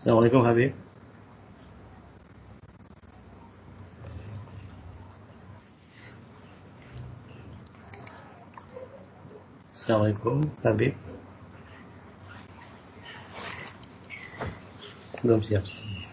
Assalamualaikum Habib. Assalamualaikum Habib. Belum siap.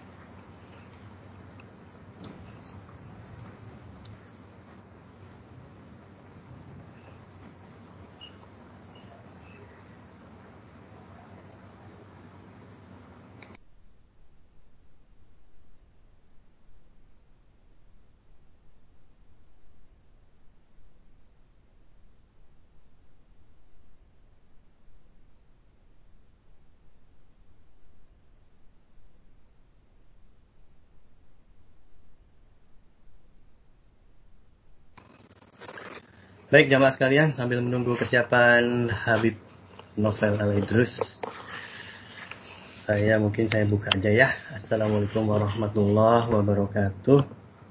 Baik jamaah sekalian, sambil menunggu kesiapan Habib Novel Al-Idrus, saya buka aja ya. Assalamualaikum warahmatullahi wabarakatuh.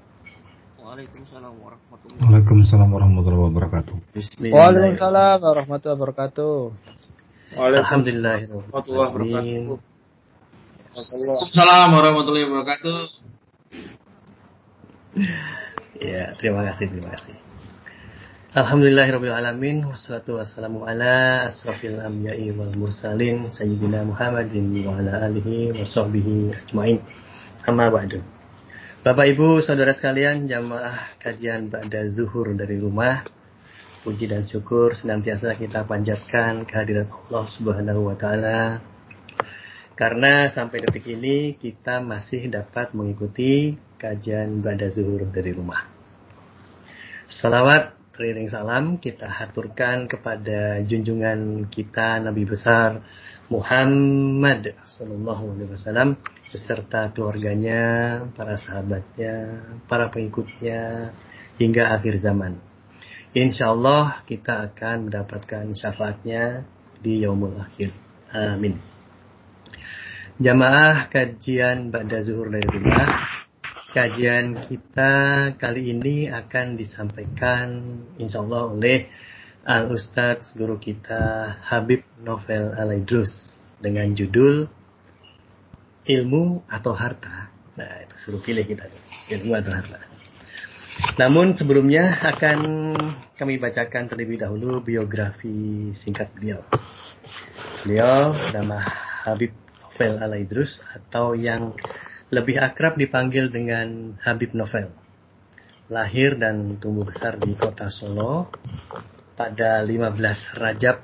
Waalaikumsalam warahmatullahi wabarakatuh. Waalaikumsalam warahmatullahi wabarakatuh. Alhamdulillahirrahmanirrahim. Waalaikumsalam warahmatullahi wabarakatuh. Ya, terima kasih. Alhamdulillahirrabbilalamin. Wassalatu wassalamu ala asrafil anbiya'i wal mursalin Sayyidina Muhammadin wa ala alihi wa sahbihi ajma'in. Amma ba'du. Bapak Ibu saudara sekalian, jamaah kajian Ba'da Zuhur dari rumah, puji dan syukur senantiasa kita panjatkan kehadirat Allah Subhanahu wa taala, karena sampai detik ini kita masih dapat mengikuti kajian Ba'da Zuhur dari rumah. Salawat teriring salam kita haturkan kepada junjungan kita Nabi besar Muhammad sallallahu alaihi wasallam beserta keluarganya, para sahabatnya, para pengikutnya hingga akhir zaman. Insyaallah kita akan mendapatkan syafaatnya di yaumul akhir. Amin. Jamaah kajian Ba'da Zuhur dari rumah, kajian kita kali ini akan disampaikan insyaallah oleh Al-Ustadz guru kita Habib Novel Al-Idrus dengan judul Ilmu atau Harta. Nah, itu suruh pilih kita, ilmu atau harta. Namun sebelumnya akan kami bacakan terlebih dahulu biografi singkat beliau. Beliau nama Habib Novel Al-Idrus atau yang lebih akrab dipanggil dengan Habib Novel. Lahir dan tumbuh besar di kota Solo pada 15 Rajab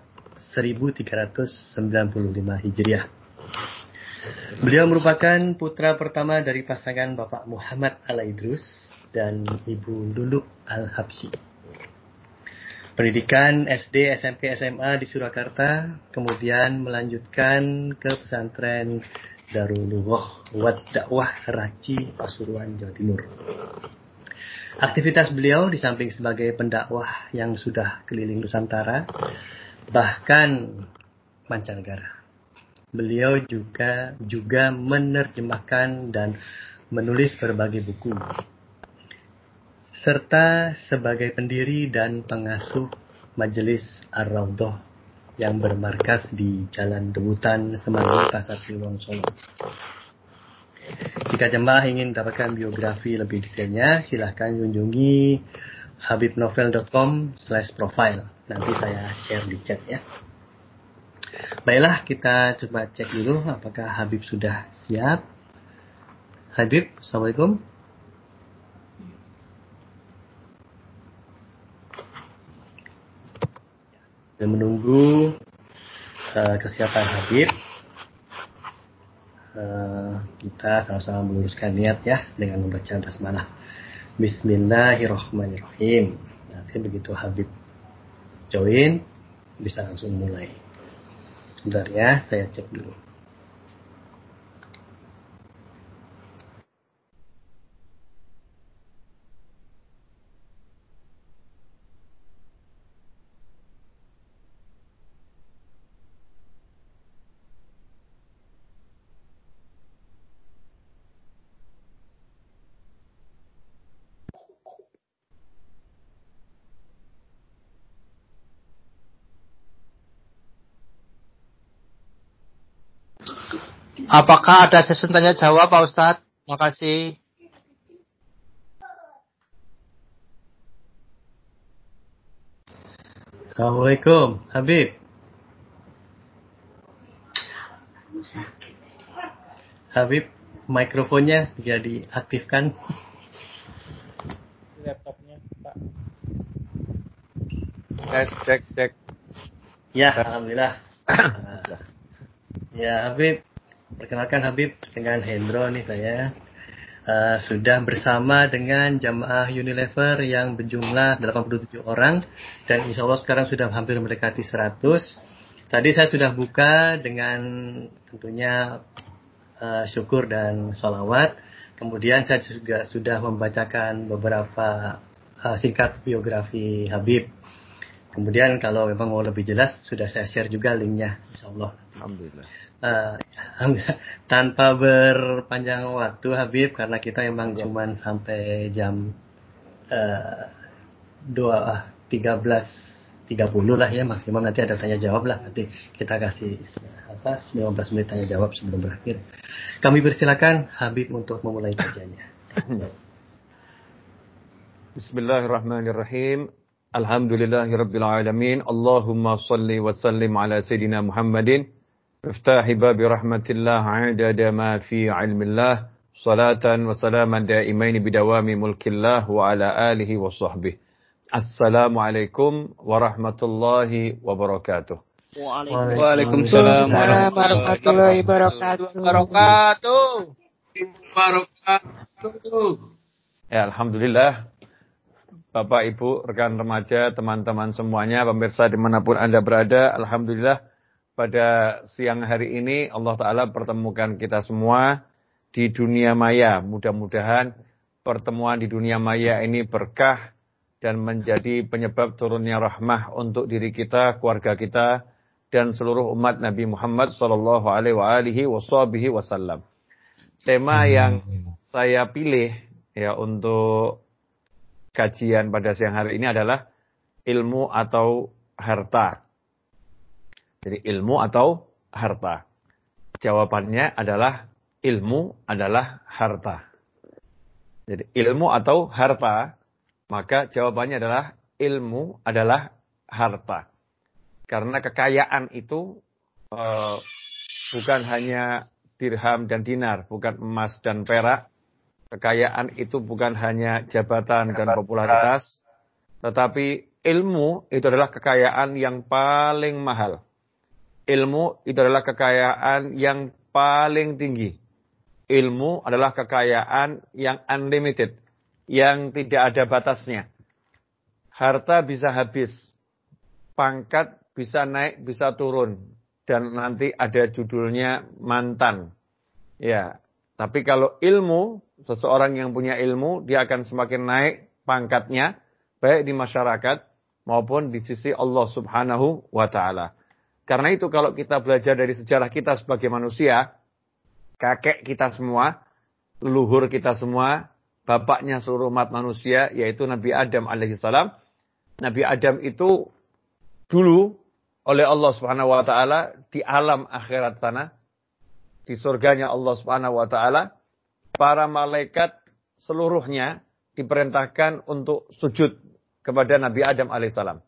1395 Hijriah. Beliau merupakan putra pertama dari pasangan Bapak Muhammad Al-Idrus dan Ibu Lulu Al-Habsyi. Pendidikan SD, SMP, SMA di Surakarta, kemudian melanjutkan ke pesantren Darul Lughah Wad Dakwah Raci, Pasuruan, Jawa Timur. Aktivitas beliau di samping sebagai pendakwah yang sudah keliling Nusantara, bahkan mancanegara. Beliau juga menerjemahkan dan menulis berbagai buku, serta sebagai pendiri dan pengasuh Majelis Ar-Raudhah yang bermarkas di Jalan Debutan, Semanggi, Pasar Kliwon, Solo. Jika jemaah ingin mendapatkan biografi lebih detailnya, silahkan kunjungi habibnovel.com/profile. Nanti saya share di chat ya. Baiklah, kita coba cek dulu apakah Habib sudah siap. Habib, Assalamualaikum. Dan menunggu kesiapan Habib, kita sama-sama meluruskan niat ya dengan membaca basmalah. Bismillahirrahmanirrahim. Nanti begitu Habib join, bisa langsung mulai. Sebentar ya, saya cek dulu. Apakah ada sesi tanya jawab Pak Ustadz? Makasih. Assalamualaikum, Habib. Habib, mikrofonnya bisa diaktifkan. Laptopnya, Pak. Cek. Ya, alhamdulillah. Ya, Habib. Perkenalkan Habib, dengan Hendro nih saya. Sudah bersama dengan jamaah Unilever yang berjumlah 87 orang. Dan insya Allah sekarang sudah hampir mendekati 100. Tadi saya sudah buka dengan tentunya syukur dan sholawat. Kemudian saya juga sudah membacakan beberapa singkat biografi Habib. Kemudian kalau memang mau lebih jelas, sudah saya share juga linknya, insya Allah. Alhamdulillah. Tanpa berpanjang waktu Habib, karena kita memang cuman sampai jam 13.30 lah ya maksimal, nanti ada tanya jawab lah, nanti kita kasih 15 menit tanya jawab sebelum berakhir. Kami persilakan Habib untuk memulai kajiannya. Bismillahirrahmanirrahim. Alhamdulillahirabbil alamin. Allahumma shalli wa sallim ala sayidina Muhammadin. Iftahi babi rahmatillah 'adada ma fi 'ilmillah. Salatan wa salaman daimaini bidawami mulkillah wa ala alihi wa sahbihi. Assalamualaikum warahmatullahi wabarakatuh. Waalaikumsalam warahmatullahi wabarakatuh. Ya, alhamdulillah. Bapak, Ibu, rekan remaja, teman-teman semuanya, pemirsa dimanapun Anda berada, alhamdulillah pada siang hari ini Allah Ta'ala pertemukan kita semua di dunia maya. Mudah-mudahan pertemuan di dunia maya ini berkah dan menjadi penyebab turunnya rahmah untuk diri kita, keluarga kita, dan seluruh umat Nabi Muhammad SAW. Tema yang saya pilih ya untuk kajian pada siang hari ini adalah ilmu atau harta. Jadi ilmu atau harta. Jawabannya adalah ilmu adalah harta. Jadi ilmu atau harta, maka jawabannya adalah ilmu adalah harta. Karena kekayaan itu bukan hanya dirham dan dinar, bukan emas dan perak. Kekayaan itu bukan hanya jabatan dan popularitas, tetapi ilmu itu adalah kekayaan yang paling mahal. Ilmu itu adalah kekayaan yang paling tinggi. Ilmu adalah kekayaan yang unlimited, yang tidak ada batasnya. Harta bisa habis, pangkat bisa naik, bisa turun, dan nanti ada judulnya mantan. Ya, tapi kalau ilmu, seseorang yang punya ilmu, dia akan semakin naik pangkatnya, baik di masyarakat maupun di sisi Allah Subhanahu wa Ta'ala. Karena itu kalau kita belajar dari sejarah kita sebagai manusia, kakek kita semua, leluhur kita semua, bapaknya seluruh umat manusia, yaitu Nabi Adam alaihissalam. Nabi Adam itu dulu oleh Allah Subhanahu wa Ta'ala di alam akhirat sana, di surganya Allah Subhanahu wa Ta'ala, para malaikat seluruhnya diperintahkan untuk sujud kepada Nabi Adam alaihissalam.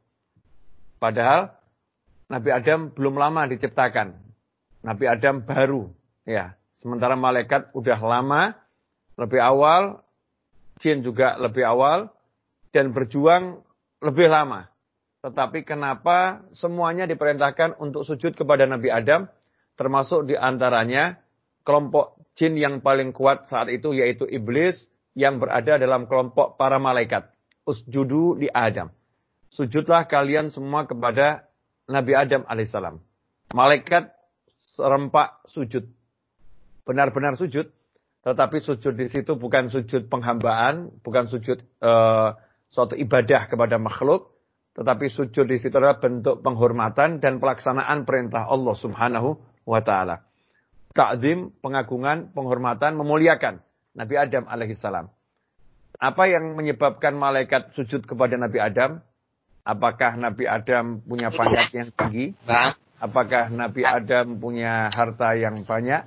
Padahal Nabi Adam belum lama diciptakan. Nabi Adam baru, ya. Sementara malaikat udah lama, lebih awal, jin juga lebih awal, dan berjuang lebih lama. Tetapi kenapa semuanya diperintahkan untuk sujud kepada Nabi Adam? Termasuk diantaranya kelompok jin yang paling kuat saat itu, yaitu iblis yang berada dalam kelompok para malaikat. Usjudu li Adam. Sujudlah kalian semua kepada Nabi Adam alaihissalam. Malaikat serempak sujud. Benar-benar sujud. Tetapi sujud di situ bukan sujud penghambaan, bukan sujud suatu ibadah kepada makhluk. Tetapi sujud di situ adalah bentuk penghormatan dan pelaksanaan perintah Allah Subhanahu wa Ta'ala. Ta'zim, pengagungan, penghormatan, memuliakan Nabi Adam alaihissalam. Apa yang menyebabkan malaikat sujud kepada Nabi Adam? Apakah Nabi Adam punya pangkat yang tinggi? Apakah Nabi Adam punya harta yang banyak?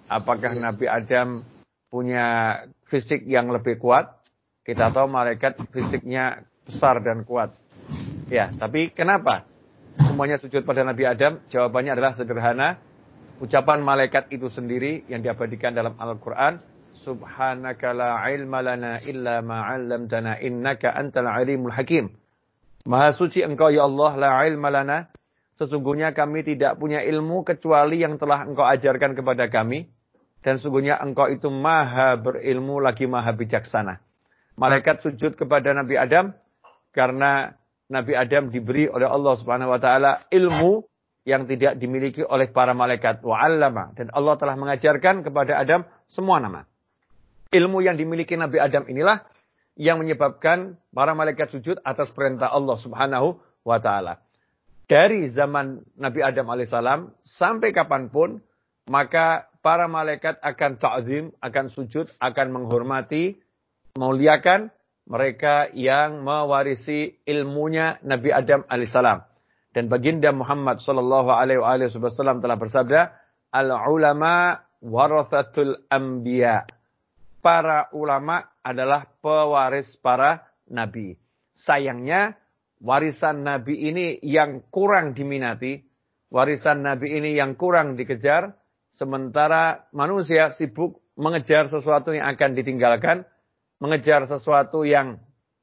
Apakah Nabi Adam punya fisik yang lebih kuat? Kita tahu malaikat fisiknya besar dan kuat. Ya, tapi kenapa semuanya sujud pada Nabi Adam? Jawabannya adalah sederhana. Ucapan malaikat itu sendiri yang diabadikan dalam Al-Quran. Subhanaka la ilma lana illa ma 'allamtana innaka antal alimul hakim. Maha suci Engkau ya Allah, la ilma lana. Sesungguhnya kami tidak punya ilmu kecuali yang telah Engkau ajarkan kepada kami. Dan sesungguhnya Engkau itu maha berilmu lagi maha bijaksana. Malaikat sujud kepada Nabi Adam karena Nabi Adam diberi oleh Allah Subhanahu wa taala ilmu yang tidak dimiliki oleh para malaikat. Wa 'allama, dan Allah telah mengajarkan kepada Adam semua nama. Ilmu yang dimiliki Nabi Adam inilah yang menyebabkan para malaikat sujud atas perintah Allah Subhanahu wa taala. Dari zaman Nabi Adam alaihissalam sampai kapanpun, maka para malaikat akan ta'zim, akan sujud, akan menghormati, memuliakan mereka yang mewarisi ilmunya Nabi Adam alaihissalam. Dan baginda Muhammad sallallahu alaihi wasallam telah bersabda, al-ulama warathatul anbiya. Para ulama adalah pewaris para nabi. Sayangnya warisan nabi ini yang kurang diminati, warisan nabi ini yang kurang dikejar, sementara manusia sibuk mengejar sesuatu yang akan ditinggalkan, mengejar sesuatu yang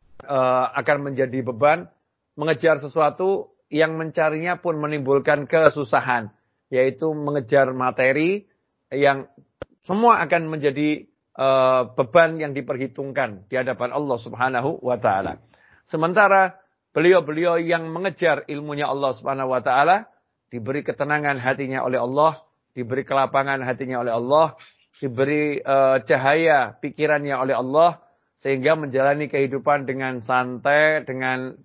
akan menjadi beban, mengejar sesuatu yang mencarinya pun menimbulkan kesusahan, yaitu mengejar materi yang semua akan menjadi beban yang diperhitungkan di hadapan Allah Subhanahu wa taala. Sementara beliau-beliau yang mengejar ilmunya Allah Subhanahu wa taala diberi ketenangan hatinya oleh Allah, diberi kelapangan hatinya oleh Allah, diberi cahaya pikirannya oleh Allah, sehingga menjalani kehidupan dengan santai, dengan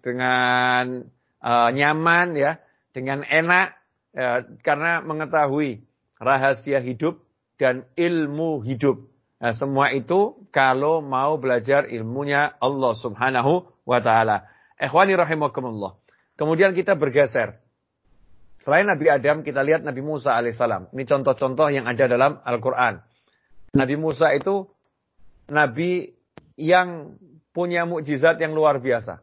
nyaman, ya, dengan enak, karena mengetahui rahasia hidup dan ilmu hidup. Nah, semua itu kalau mau belajar ilmunya Allah Subhanahu wa taala. Ikhwani rahimakumullah. Kemudian kita bergeser. Selain Nabi Adam, kita lihat Nabi Musa alaihissalam. Ini contoh-contoh yang ada dalam Al-Quran. Nabi Musa itu Nabi yang punya mukjizat yang luar biasa.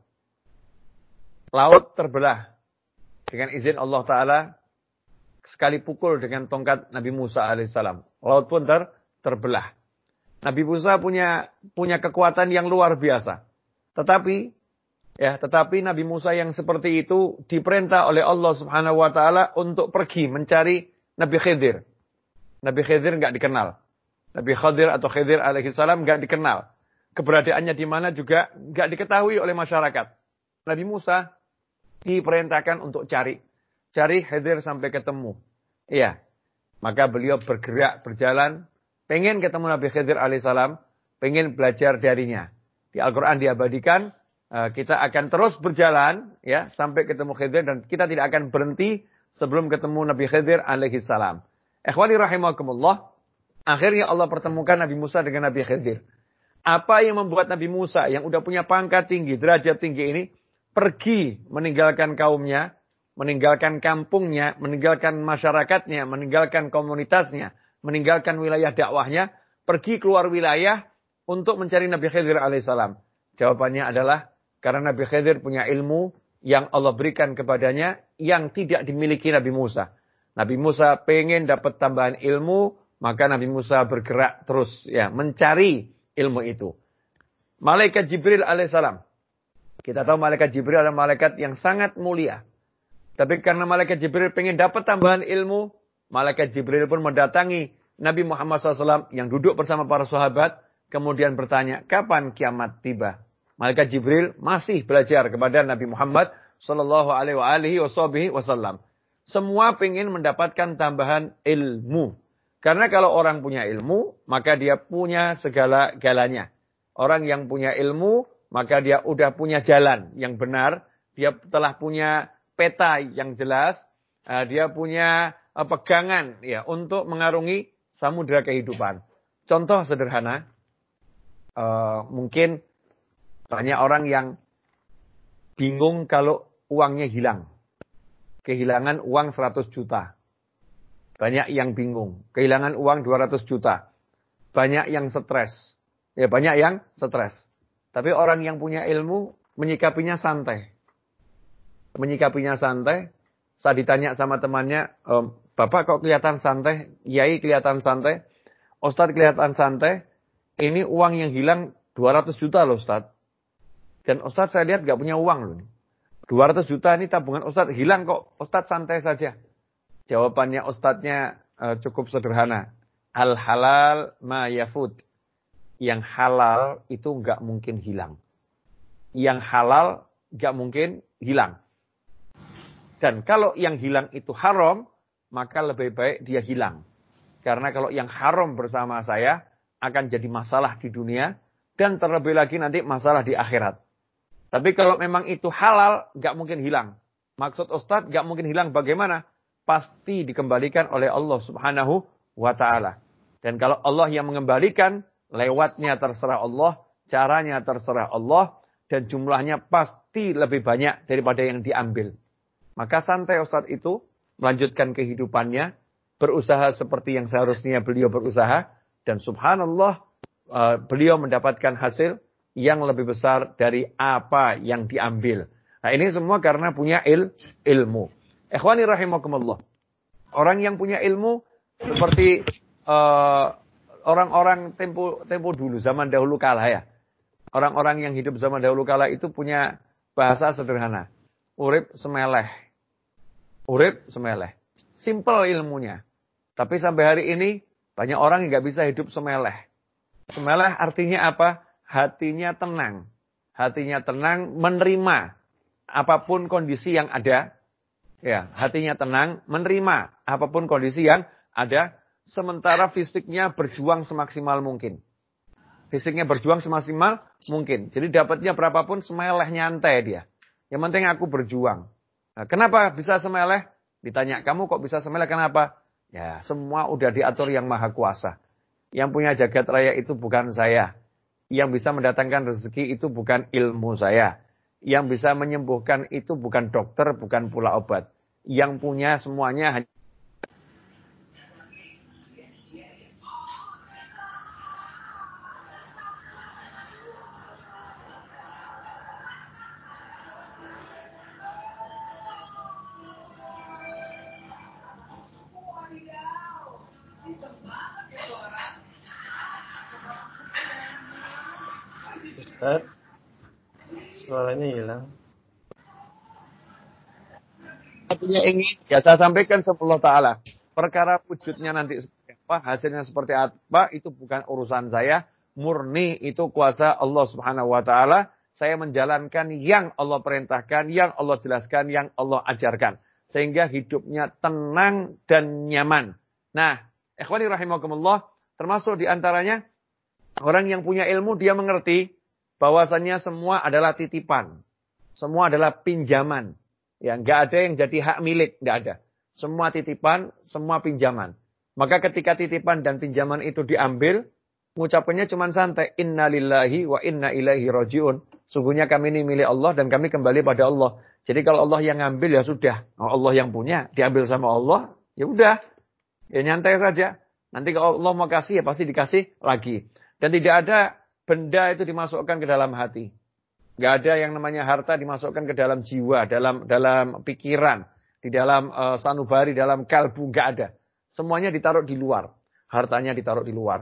Laut terbelah dengan izin Allah Ta'ala. Sekali pukul dengan tongkat Nabi Musa alaihissalam. Laut pun terbelah. Nabi Musa punya kekuatan yang luar biasa. Tetapi Nabi Musa yang seperti itu diperintah oleh Allah Subhanahu wa taala untuk pergi mencari Nabi Khidir. Nabi Khidir enggak dikenal. Nabi Khidir atau Khidir alaihi salam enggak dikenal. Keberadaannya di mana juga enggak diketahui oleh masyarakat. Nabi Musa diperintahkan untuk cari Khidir sampai ketemu. Iya. Maka beliau bergerak berjalan, pengen ketemu Nabi Khidir alaihi salam, pengen belajar darinya. Di Al-Qur'an diabadikan, kita akan terus berjalan ya sampai ketemu Khidir, dan kita tidak akan berhenti sebelum ketemu Nabi Khidir alaihi salam. Ikhwani rahimakumullah, akhirnya Allah pertemukan Nabi Musa dengan Nabi Khidir. Apa yang membuat Nabi Musa yang udah punya pangkat tinggi, derajat tinggi ini pergi meninggalkan kaumnya, meninggalkan kampungnya, meninggalkan masyarakatnya, meninggalkan komunitasnya, meninggalkan wilayah dakwahnya, pergi keluar wilayah untuk mencari Nabi Khidir alaihissalam? Jawabannya adalah karena Nabi Khidir punya ilmu yang Allah berikan kepadanya yang tidak dimiliki Nabi Musa. Nabi Musa pengen dapat tambahan ilmu, maka Nabi Musa bergerak terus ya mencari ilmu itu. Malaikat Jibril alaihissalam. Kita tahu malaikat Jibril adalah malaikat yang sangat mulia. Tapi karena malaikat Jibril pengen dapat tambahan ilmu, malaikat Jibril pun mendatangi Nabi Muhammad SAW yang duduk bersama para sahabat, kemudian bertanya, kapan kiamat tiba? Malaikat Jibril masih belajar kepada Nabi Muhammad sallallahu alaihi wasallam. Semua pengen mendapatkan tambahan ilmu. Karena kalau orang punya ilmu, maka dia punya segala-galanya. Orang yang punya ilmu, maka dia udah punya jalan yang benar. Dia telah punya peta yang jelas. Dia punya pegangan ya untuk mengarungi samudera kehidupan. Contoh sederhana, mungkin banyak orang yang bingung kalau uangnya hilang. Kehilangan uang 100 juta. Banyak yang bingung. Kehilangan uang 200 juta. Banyak yang stres. Ya, banyak yang stres. Tapi orang yang punya ilmu menyikapinya santai. Menyikapinya santai. Saat ditanya sama temannya, Bapak kok kelihatan santai? Yai kelihatan santai? Ustadz kelihatan santai? Ini uang yang hilang 200 juta loh Ustadz. Dan Ustadz saya lihat gak punya uang loh. 200 juta ini tabungan Ustadz hilang kok. Ustadz santai saja. Jawabannya Ustadznya cukup sederhana. Al-halal ma yafut. Yang halal itu gak mungkin hilang. Yang halal gak mungkin hilang. Dan kalau yang hilang itu haram, maka lebih baik dia hilang. Karena kalau yang haram bersama saya, akan jadi masalah di dunia, dan terlebih lagi nanti masalah di akhirat. Tapi kalau memang itu halal, gak mungkin hilang. Maksud Ustadz, gak mungkin hilang bagaimana? Pasti dikembalikan oleh Allah subhanahu wa ta'ala. Dan kalau Allah yang mengembalikan, lewatnya terserah Allah, caranya terserah Allah, dan jumlahnya pasti lebih banyak daripada yang diambil. Maka santai Ustadz itu, melanjutkan kehidupannya, berusaha seperti yang seharusnya beliau berusaha, dan subhanallah, beliau mendapatkan hasil yang lebih besar dari apa yang diambil. Nah ini semua karena punya ilmu. Ikhwani rahimakumullah. Orang yang punya ilmu, seperti orang-orang tempo dulu, zaman dahulu kala ya. Orang-orang yang hidup zaman dahulu kala itu punya bahasa sederhana. Urip semeleh. Urip semeleh. Simple ilmunya. Tapi sampai hari ini, banyak orang yang gak bisa hidup semeleh. Semeleh artinya apa? Hatinya tenang. Hatinya tenang menerima apapun kondisi yang ada. Ya, hatinya tenang menerima apapun kondisi yang ada. Sementara fisiknya berjuang semaksimal mungkin. Fisiknya berjuang semaksimal mungkin. Jadi dapatnya berapapun semeleh nyantai dia. Yang penting aku berjuang. Nah, kenapa bisa semeleh? Ditanya, kamu kok bisa semeleh? Kenapa? Ya, semua udah diatur yang maha kuasa. Yang punya jagat raya itu bukan saya. Yang bisa mendatangkan rezeki itu bukan ilmu saya. Yang bisa menyembuhkan itu bukan dokter, bukan pula obat. Yang punya semuanya hanya Ustaz, suaranya hilang. satunya ingin. Ya saya sampaikan sebelum ta'ala. Perkara wujudnya nanti seperti apa, hasilnya seperti apa, itu bukan urusan saya. Murni itu kuasa Allah subhanahu wa ta'ala. Saya menjalankan yang Allah perintahkan, yang Allah jelaskan, yang Allah ajarkan. Sehingga hidupnya tenang dan nyaman. Nah, ikhwani rahimakumullah, termasuk diantaranya, orang yang punya ilmu, dia mengerti bahwasannya semua adalah titipan. Semua adalah pinjaman. Ya, nggak ada yang jadi hak milik, nggak ada. Semua titipan, semua pinjaman. Maka ketika titipan dan pinjaman itu diambil, mengucapkannya cuma santai. Inna lillahi wa inna ilaihi raji'un. Sungguhnya kami ini milik Allah dan kami kembali pada Allah. Jadi kalau Allah yang ngambil ya sudah. Allah yang punya, diambil sama Allah, ya udah. Ya nyantai saja. Nanti kalau Allah mau kasih ya pasti dikasih lagi. Dan tidak ada benda itu dimasukkan ke dalam hati. Nggak ada yang namanya harta dimasukkan ke dalam jiwa, dalam pikiran, di dalam sanubari, dalam kalbu, nggak ada. Semuanya ditaruh di luar. Hartanya ditaruh di luar.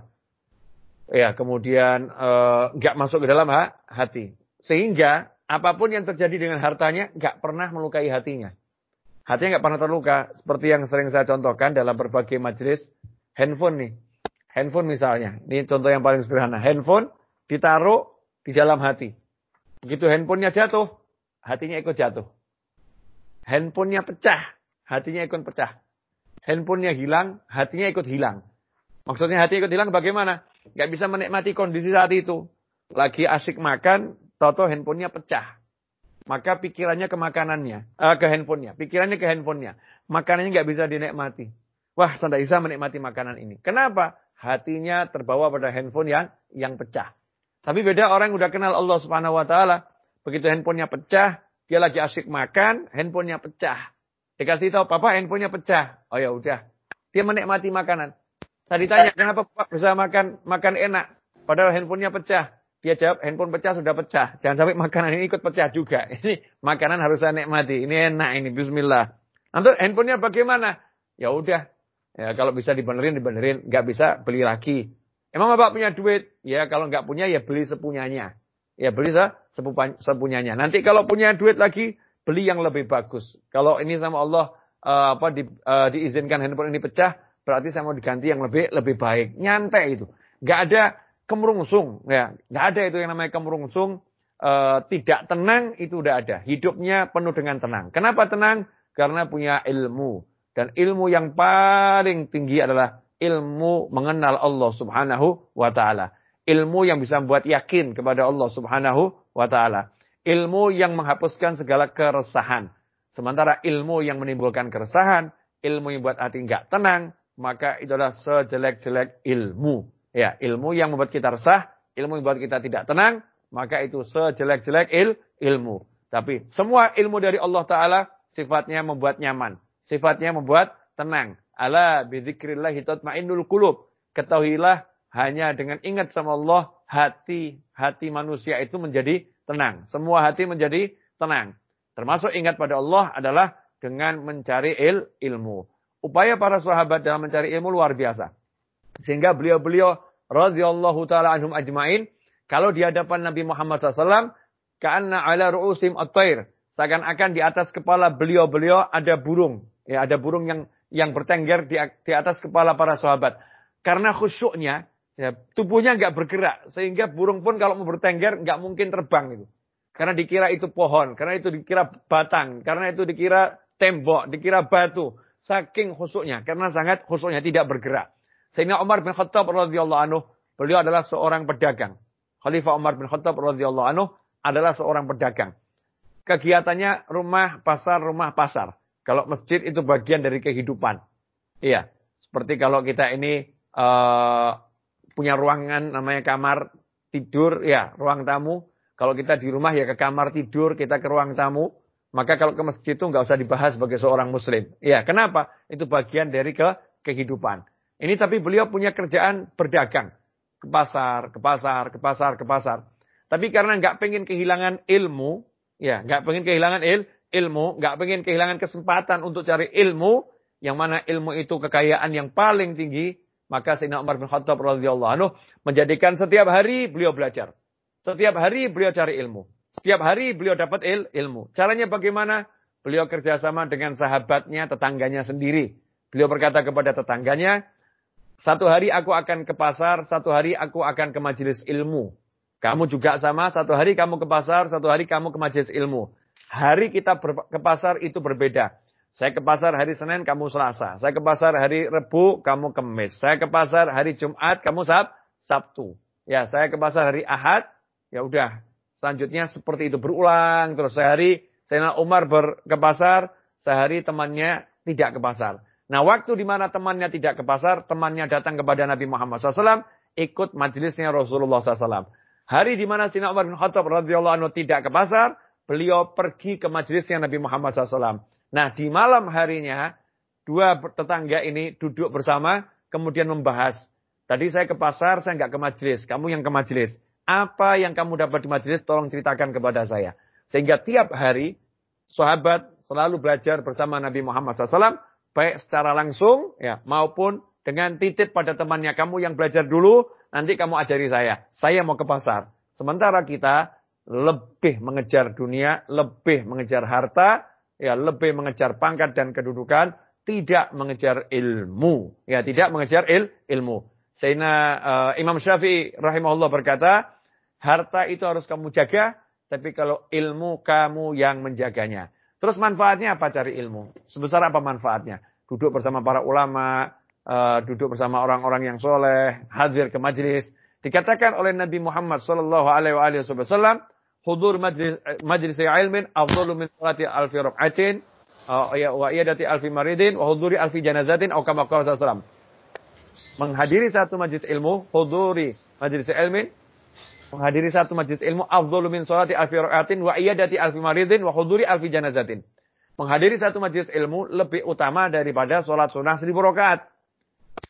Ya, kemudian nggak masuk ke dalam hati. Sehingga apapun yang terjadi dengan hartanya nggak pernah melukai hatinya. Hatinya nggak pernah terluka. Seperti yang sering saya contohkan dalam berbagai majelis. Handphone nih. Handphone misalnya. Ini contoh yang paling sederhana. Handphone ditaruh di dalam hati. Begitu handphonenya jatuh, hatinya ikut jatuh. Handphonenya pecah, hatinya ikut pecah. Handphonenya hilang, hatinya ikut hilang. Maksudnya hati ikut hilang bagaimana? Gak bisa menikmati kondisi saat itu. Lagi asik makan, tahu-tahu handphonenya pecah. Maka pikirannya ke makanannya, ke handphonenya. Pikirannya ke handphonenya. Makanannya gak bisa dinikmati. Wah, saya tidak bisa menikmati makanan ini. Kenapa? Hatinya terbawa pada handphone yang pecah. Tapi beda orang yang udah kenal Allah subhanahu wa ta'ala. Begitu handphonenya pecah, dia lagi asik makan, handphonenya pecah. Dikasih tahu, Papa handphonenya pecah. Oh ya udah, Dia menikmati makanan. Saya ditanya, kenapa Bapak bisa makan enak? Padahal handphonenya pecah. Dia jawab, handphone pecah sudah pecah. Jangan sampai makanan ini ikut pecah juga. Ini makanan harus saya nikmati. Ini enak ini, bismillah. Nanti handphonenya bagaimana? Ya udah. Ya, kalau bisa dibenerin. Nggak bisa, beli lagi. Emang Bapak punya duit? Ya kalau nggak punya, ya beli sepunyanya. Ya beli sepunyanya. Nanti kalau punya duit lagi, beli yang lebih bagus. Kalau ini sama Allah diizinkan handphone ini pecah, berarti saya mau diganti yang lebih baik. Nyantai itu. Nggak ada kemerungsung, ya, nggak ada itu yang namanya kemerungsung, tidak tenang itu udah ada. Hidupnya penuh dengan tenang. Kenapa tenang? Karena punya ilmu, dan ilmu yang paling tinggi adalah ilmu mengenal Allah Subhanahu wa Ta'ala. Ilmu yang bisa membuat yakin kepada Allah Subhanahu wa Ta'ala. Ilmu yang menghapuskan segala keresahan. Sementara ilmu yang menimbulkan keresahan, ilmu yang membuat hati nggak tenang, maka itu adalah sejelek-jelek ilmu. Ya, ilmu yang membuat kita resah, ilmu yang membuat kita tidak tenang, maka itu sejelek-jelek ilmu. Tapi semua ilmu dari Allah Ta'ala sifatnya membuat nyaman. Sifatnya membuat tenang. Ala bidzikrillahi tatma'innul qulub. Ketahuilah hanya dengan ingat sama Allah, hati manusia itu menjadi tenang. Semua hati menjadi tenang. Termasuk ingat pada Allah adalah dengan mencari ilmu. Upaya para sahabat dalam mencari ilmu luar biasa. Sehingga beliau-beliau radhiyallahu ta'ala anhum ajma'in, kalau di hadapan Nabi Muhammad SAW, ka'anna ala ru'usim at-tair. Seakan-akan di atas kepala beliau-beliau ada burung. Ya, ada burung yang bertengger di atas kepala para sahabat. Karena khusyuknya, ya, tubuhnya nggak bergerak. Sehingga burung pun kalau mau bertengger nggak mungkin terbang. Gitu. Karena dikira itu pohon, karena itu dikira batang, karena itu dikira tembok, dikira batu. Saking khusyuknya, karena sangat khusyuknya tidak bergerak. Sayyidina Umar bin Khattab radhiyallahu anhu, beliau adalah seorang pedagang. Khalifah Umar bin Khattab radhiyallahu anhu adalah seorang pedagang. Kegiatannya rumah pasar. Kalau masjid itu bagian dari kehidupan. Iya, seperti kalau kita ini punya ruangan namanya kamar tidur, ya, ruang tamu. Kalau kita di rumah ya ke kamar tidur, kita ke ruang tamu. Maka kalau ke masjid itu nggak usah dibahas sebagai seorang muslim. Iya, kenapa? Itu bagian dari kehidupan. Ini tapi beliau punya kerjaan berdagang. Ke pasar. Tapi karena nggak pengen kehilangan ilmu, ya, nggak pengen kehilangan ilmu, nggak pengen kehilangan kesempatan untuk cari ilmu, yang mana ilmu itu kekayaan yang paling tinggi, maka Sayyidina Umar bin Khattab radhiyallahu anhu menjadikan setiap hari beliau belajar. Setiap hari beliau cari ilmu. Setiap hari beliau dapat ilmu. Caranya bagaimana? Beliau kerjasama dengan sahabatnya, tetangganya sendiri. Beliau berkata kepada tetangganya, satu hari aku akan ke pasar, satu hari aku akan ke majelis ilmu. Kamu juga sama, satu hari kamu ke pasar, satu hari kamu ke majelis ilmu. Hari kita ke pasar itu berbeda. Saya ke pasar hari Senin, kamu Selasa. Saya ke pasar hari Rebu, kamu Kamis. Saya ke pasar hari Jumat, kamu Sabtu. Ya, saya ke pasar hari Ahad, ya udah. Selanjutnya seperti itu berulang. Terus sehari Sayyidina Umar ke pasar, sehari temannya tidak ke pasar. Nah, waktu di mana temannya tidak ke pasar, temannya datang kepada Nabi Muhammad SAW, ikut majelisnya Rasulullah SAW. Hari di mana Sayyidina Umar bin Khattab radhiyallahu anhu tidak ke pasar, beliau pergi ke majelisnya Nabi Muhammad SAW. Nah, di malam harinya, dua tetangga ini duduk bersama, kemudian membahas. Tadi saya ke pasar, saya nggak ke majelis. Kamu yang ke majelis. Apa yang kamu dapat di majelis, tolong ceritakan kepada saya. Sehingga tiap hari, sahabat selalu belajar bersama Nabi Muhammad SAW, baik secara langsung, ya, maupun dengan titip pada temannya. Kamu yang belajar dulu, nanti kamu ajari saya. Saya mau ke pasar. Sementara kita lebih mengejar dunia, lebih mengejar harta, ya, lebih mengejar pangkat dan kedudukan, tidak mengejar ilmu. Ya, tidak mengejar ilmu. Sayyidina Imam Syafi'i rahimahullah berkata, harta itu harus kamu jaga, tapi kalau ilmu kamu yang menjaganya. Terus manfaatnya apa cari ilmu? Sebesar apa manfaatnya? Duduk bersama para ulama, duduk bersama orang-orang yang soleh, hadir ke majlis. Dikatakan oleh Nabi Muhammad sallallahu alaihi wasallam, hudur majlis ilmin afdalu min salati alfi rak'atin wa iyadati alfi maridin wa huduri alfi janazatin atau kama qala sallallahu. Menghadiri satu majlis ilmu, huduri majlis ilmin, menghadiri satu majlis ilmu afdalu min salati alfi rak'atin wa iyadati alfi maridin wa huduri alfi janazatin. Menghadiri satu majlis ilmu lebih utama daripada salat sunnah 1000 rakaat.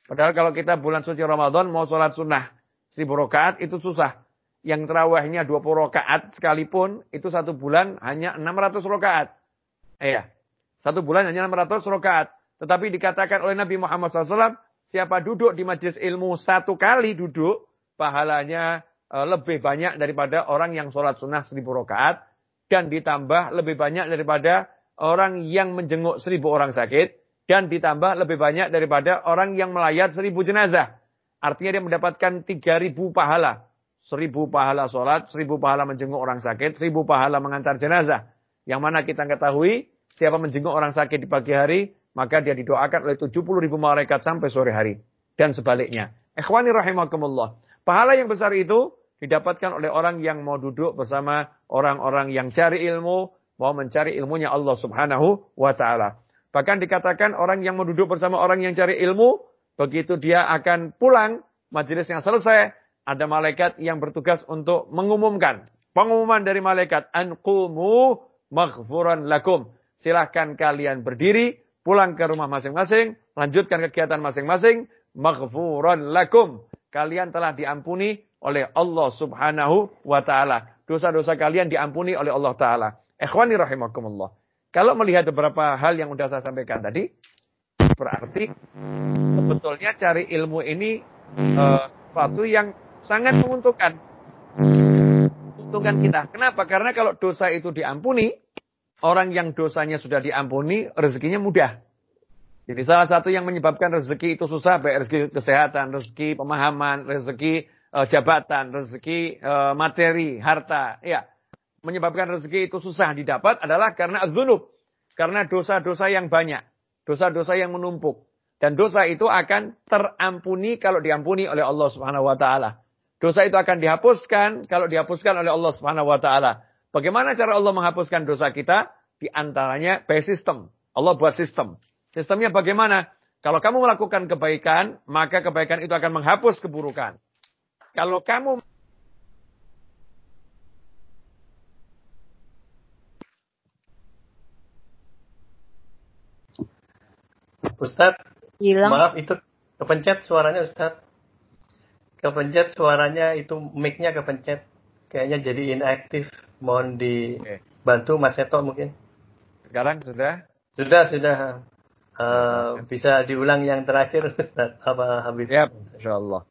Padahal kalau kita bulan suci Ramadan mau sholat sunnah 1000 rakaat itu susah. Yang terawihnya 20 rakaat sekalipun itu satu bulan hanya 600 rakaat. Iya. Satu bulan hanya 600 rakaat. Tetapi dikatakan oleh Nabi Muhammad SAW, siapa duduk di majelis ilmu satu kali duduk, pahalanya lebih banyak daripada orang yang sholat sunnah 1000 rakaat. Dan ditambah lebih banyak daripada orang yang menjenguk 1000 orang sakit. Dan ditambah lebih banyak daripada orang yang melayat 1000 jenazah. Artinya dia mendapatkan 3000 pahala. 1000 pahala sholat, 1000 pahala menjenguk orang sakit, 1000 pahala mengantar jenazah. Yang mana kita ketahui, siapa menjenguk orang sakit di pagi hari, maka dia didoakan oleh 70.000 malaikat sampai sore hari. Dan sebaliknya. Ikhwani rahimakumullah. Pahala yang besar itu didapatkan oleh orang yang mau duduk bersama orang-orang yang cari ilmu, mau mencari ilmunya Allah subhanahu wa ta'ala. Bahkan dikatakan orang yang mau duduk bersama orang yang cari ilmu, begitu dia akan pulang, majelis yang selesai, ada malaikat yang bertugas untuk mengumumkan. Pengumuman dari malaikat, anqumu maghfuran lakum. Silahkan kalian berdiri, pulang ke rumah masing-masing, lanjutkan kegiatan masing-masing, maghfuran lakum. Kalian telah diampuni oleh Allah subhanahu wa ta'ala. Dosa-dosa kalian diampuni oleh Allah ta'ala. Ikhwani rahimakumullah. Kalau melihat beberapa hal yang sudah saya sampaikan tadi, berarti sebetulnya cari ilmu ini sesuatu yang sangat menguntungkan. Menguntungkan kita. Kenapa? Karena kalau dosa itu diampuni, orang yang dosanya sudah diampuni, rezekinya mudah. Jadi salah satu yang menyebabkan rezeki itu susah, baik rezeki kesehatan, rezeki pemahaman, rezeki jabatan, rezeki materi, harta. Ya, menyebabkan rezeki itu susah didapat adalah karena dzunub. Karena dosa-dosa yang banyak. Dosa-dosa yang menumpuk. Dan dosa itu akan terampuni kalau diampuni oleh Allah subhanahu wa ta'ala. Dosa itu akan dihapuskan kalau dihapuskan oleh Allah subhanahu wa ta'ala. Bagaimana cara Allah menghapuskan dosa kita? Di antaranya by system. Allah buat sistem. Sistemnya bagaimana? Kalau kamu melakukan kebaikan, maka kebaikan itu akan menghapus keburukan. Kalau kamu Ustadz, Hilang. maaf itu kepencet suaranya Ustadz. Kepencet suaranya itu mic-nya kepencet. Kayaknya jadi inaktif. Mohon dibantu Mas Seto mungkin. sekarang sudah? Sudah. Bisa diulang yang terakhir Ustadz. Apa Habib? Ya, insyaallah.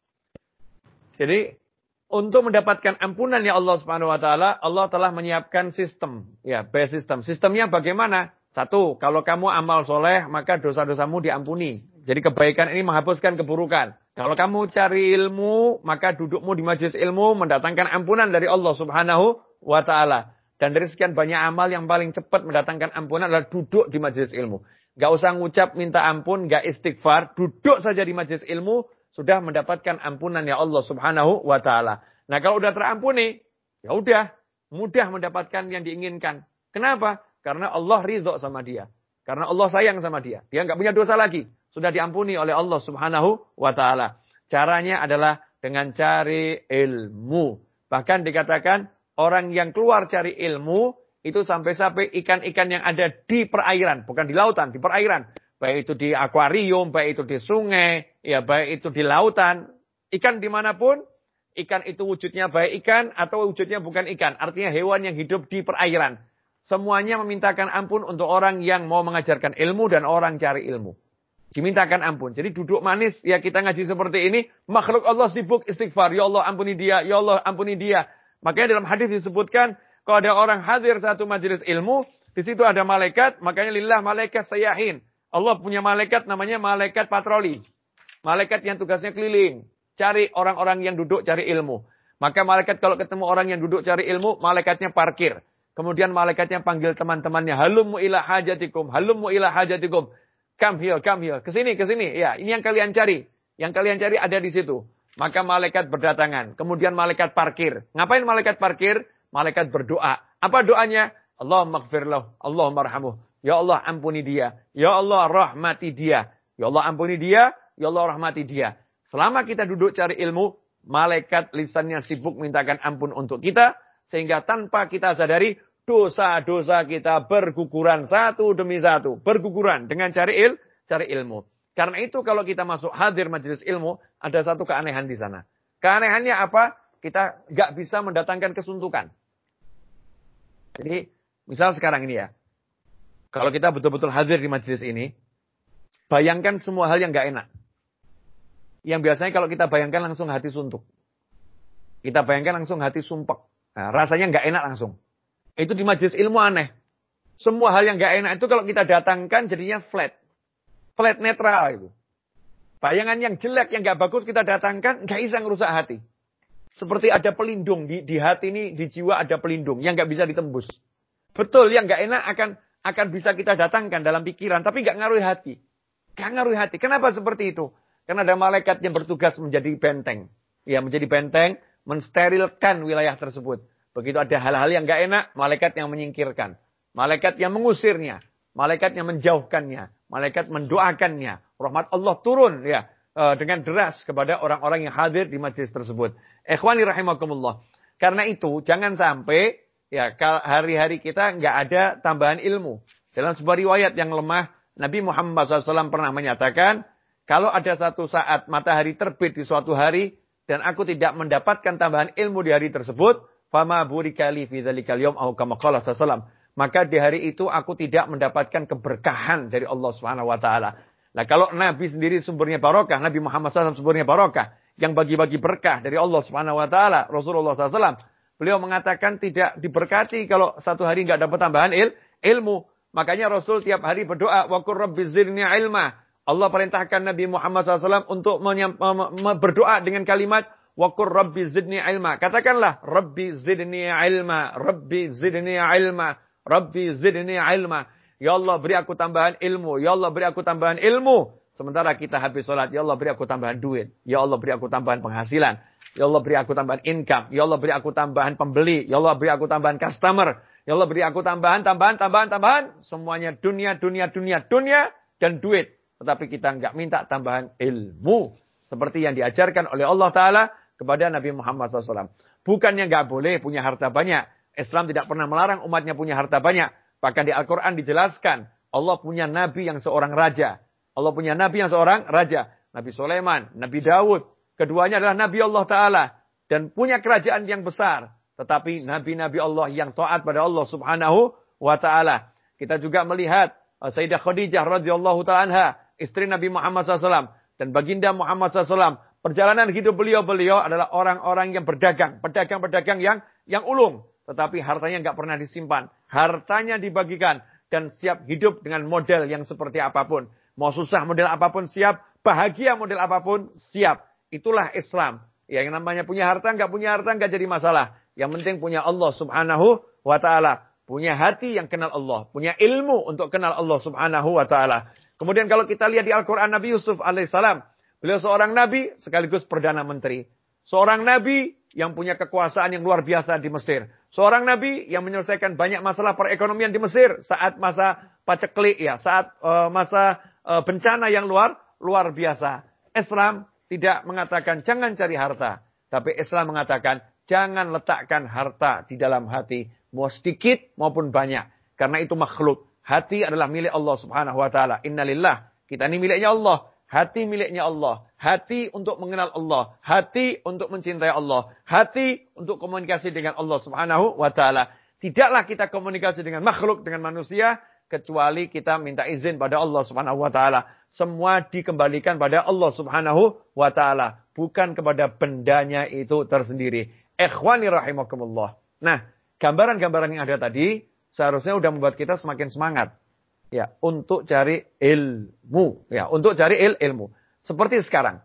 Jadi untuk mendapatkan ampunan ya Allah Subhanahu wa taala, Allah telah menyiapkan sistem, ya, by system. Sistemnya bagaimana? Satu, kalau kamu amal soleh, maka dosa-dosamu diampuni. Jadi kebaikan ini menghapuskan keburukan. Kalau kamu cari ilmu, maka dudukmu di majelis ilmu mendatangkan ampunan dari Allah Subhanahu wa taala. Dan dari sekian banyak amal yang paling cepat mendatangkan ampunan adalah duduk di majelis ilmu. Gak usah ngucap minta ampun, gak istighfar, duduk saja di majelis ilmu, sudah mendapatkan ampunan ya Allah subhanahu wa ta'ala. Nah kalau udah terampuni, ya udah, mudah mendapatkan yang diinginkan. Kenapa? Karena Allah ridho sama dia. Karena Allah sayang sama dia. Dia nggak punya dosa lagi. Sudah diampuni oleh Allah subhanahu wa ta'ala. Caranya adalah dengan cari ilmu. Bahkan dikatakan, orang yang keluar cari ilmu, itu sampai-sampai ikan-ikan yang ada di perairan. Bukan di lautan, di perairan. Baik itu di akuarium, baik itu di sungai, ya baik itu di lautan. Ikan dimanapun, ikan itu wujudnya baik ikan atau wujudnya bukan ikan. Artinya hewan yang hidup di perairan. Semuanya memintakan ampun untuk orang yang mau mengajarkan ilmu dan orang cari ilmu. Dimintakan ampun. Jadi duduk manis, ya kita ngaji seperti ini. Makhluk Allah sibuk istighfar. Ya Allah ampuni dia, ya Allah ampuni dia. Makanya dalam hadis disebutkan, kalau ada orang hadir satu majelis ilmu, di situ ada malaikat, makanya lillah malaikat sayahin. Allah punya malaikat namanya malaikat patroli. Malaikat yang tugasnya keliling. Cari orang-orang yang duduk cari ilmu. Maka malaikat kalau ketemu orang yang duduk cari ilmu, malaikatnya parkir. Kemudian malaikatnya panggil teman-temannya. Halummu ila hajatikum. Halummu ila hajatikum. Come here, come here. Kesini, kesini. Ya, ini yang kalian cari. Yang kalian cari ada di situ. Maka malaikat berdatangan. Kemudian malaikat parkir. Ngapain malaikat parkir? Malaikat berdoa. Apa doanya? Allahumma gfirlahu. Allahumma arhamuh. Ya Allah ampuni dia. Ya Allah rahmati dia. Ya Allah ampuni dia. Ya Allah rahmati dia. Selama kita duduk cari ilmu, malaikat lisannya sibuk mintakan ampun untuk kita. Sehingga tanpa kita sadari, dosa-dosa kita berguguran satu demi satu. Berguguran dengan cari ilmu. Karena itu kalau kita masuk hadir majelis ilmu, ada satu keanehan di sana. Keanehannya apa? Kita nggak bisa mendatangkan kesuntukan. Jadi, misal sekarang ini ya. Kalau kita betul-betul hadir di majelis ini, bayangkan semua hal yang nggak enak. Yang biasanya kalau kita bayangkan langsung hati suntuk. Kita bayangkan langsung hati sumpek. Nah, rasanya nggak enak langsung. Itu di majelis ilmu aneh. Semua hal yang nggak enak itu kalau kita datangkan jadinya flat. Flat netral itu. Bayangan yang jelek, yang nggak bagus kita datangkan, nggak bisa ngerusak hati. Seperti ada pelindung di hati ini, di jiwa ada pelindung yang nggak bisa ditembus. Betul, yang nggak enak akan bisa kita datangkan dalam pikiran, tapi nggak ngaruhi hati. Nggak ngaruhi hati. Kenapa seperti itu? Karena ada malaikat yang bertugas menjadi benteng. Ya, menjadi benteng, mensterilkan wilayah tersebut. Begitu ada hal-hal yang nggak enak, malaikat yang menyingkirkan. Malaikat yang mengusirnya. Malaikat yang menjauhkannya. Malaikat mendoakannya. Rahmat Allah turun ya dengan deras kepada orang-orang yang hadir di majlis tersebut. Ikhwani rahimakumullah. Karena itu jangan sampai ya hari-hari kita nggak ada tambahan ilmu. Dalam sebuah riwayat yang lemah, Nabi Muhammad SAW pernah menyatakan, kalau ada satu saat matahari terbit di suatu hari dan aku tidak mendapatkan tambahan ilmu di hari tersebut, fama burikali fi dzalikal yaum au kama qala sallallahu. Maka di hari itu aku tidak mendapatkan keberkahan dari Allah Subhanahu wa taala. Nah, kalau Nabi sendiri sumbernya barokah, Nabi Muhammad SAW sumbernya barokah, yang bagi-bagi berkah dari Allah Subhanahu wa taala, Rasulullah SAW, beliau mengatakan tidak diberkati kalau satu hari enggak dapat tambahan ilmu. Makanya Rasul tiap hari berdoa, wa qur rabbi zidni ilma. Allah perintahkan Nabi Muhammad SAW untuk berdoa dengan kalimat, wa qur rabbi zidni ilma. Katakanlah, Rabbi zidni ilma, Rabbi zidni ilma. Rabbi zidni ilma. Ya Allah beri aku tambahan ilmu. Ya Allah beri aku tambahan ilmu. Sementara kita habis sholat. Ya Allah beri aku tambahan duit. Ya Allah beri aku tambahan penghasilan. Ya Allah beri aku tambahan income. Ya Allah beri aku tambahan pembeli. Ya Allah beri aku tambahan customer. Ya Allah beri aku tambahan. Semuanya dunia dan duit. Tetapi kita enggak minta tambahan ilmu. Seperti yang diajarkan oleh Allah Ta'ala kepada Nabi Muhammad SAW. Bukannya enggak boleh punya harta banyak. Islam tidak pernah melarang umatnya punya harta banyak. Bahkan di Al-Quran dijelaskan. Allah punya nabi yang seorang raja. Nabi Sulaiman, Nabi Daud. Keduanya adalah Nabi Allah Ta'ala. Dan punya kerajaan yang besar. Tetapi nabi-nabi Allah yang taat pada Allah Subhanahu wa Ta'ala. Kita juga melihat Sayyidah Khadijah radhiyallahu ta'ala anha. Istri Nabi Muhammad SAW. Dan baginda Muhammad SAW. Perjalanan hidup beliau adalah orang-orang yang berdagang. Pedagang-pedagang yang ulung. Tetapi hartanya nggak pernah disimpan. Hartanya dibagikan. Dan siap hidup dengan model yang seperti apapun. Mau susah model apapun siap. Bahagia model apapun siap. Itulah Islam. Ya, yang namanya punya harta nggak jadi masalah. Yang penting punya Allah Subhanahu wa Ta'ala. Punya hati yang kenal Allah. Punya ilmu untuk kenal Allah Subhanahu wa Ta'ala. Kemudian kalau kita lihat di Al-Quran Nabi Yusuf alaihissalam. Beliau seorang nabi sekaligus Perdana Menteri. Seorang nabi yang punya kekuasaan yang luar biasa di Mesir. Seorang nabi yang menyelesaikan banyak masalah perekonomian di Mesir saat masa paceklik ya, saat masa bencana yang luar biasa. Islam tidak mengatakan jangan cari harta, tapi Islam mengatakan jangan letakkan harta di dalam hati, mau sedikit maupun banyak, karena itu makhluk. Hati adalah milik Allah Subhanahu wa taala. Innalillah, kita ini miliknya Allah. Hati miliknya Allah. Hati untuk mengenal Allah. Hati untuk mencintai Allah. Hati untuk komunikasi dengan Allah Subhanahu wa Ta'ala. Tidaklah kita komunikasi dengan makhluk, dengan manusia, kecuali kita minta izin pada Allah Subhanahu wa Ta'ala. Semua dikembalikan pada Allah Subhanahu wa Ta'ala. Bukan kepada bendanya itu tersendiri. Ikhwani rahimakumullah. Nah, gambaran-gambaran yang ada tadi, seharusnya sudah membuat kita semakin semangat. Ya, untuk cari ilmu. Ya, untuk cari ilmu. Seperti sekarang.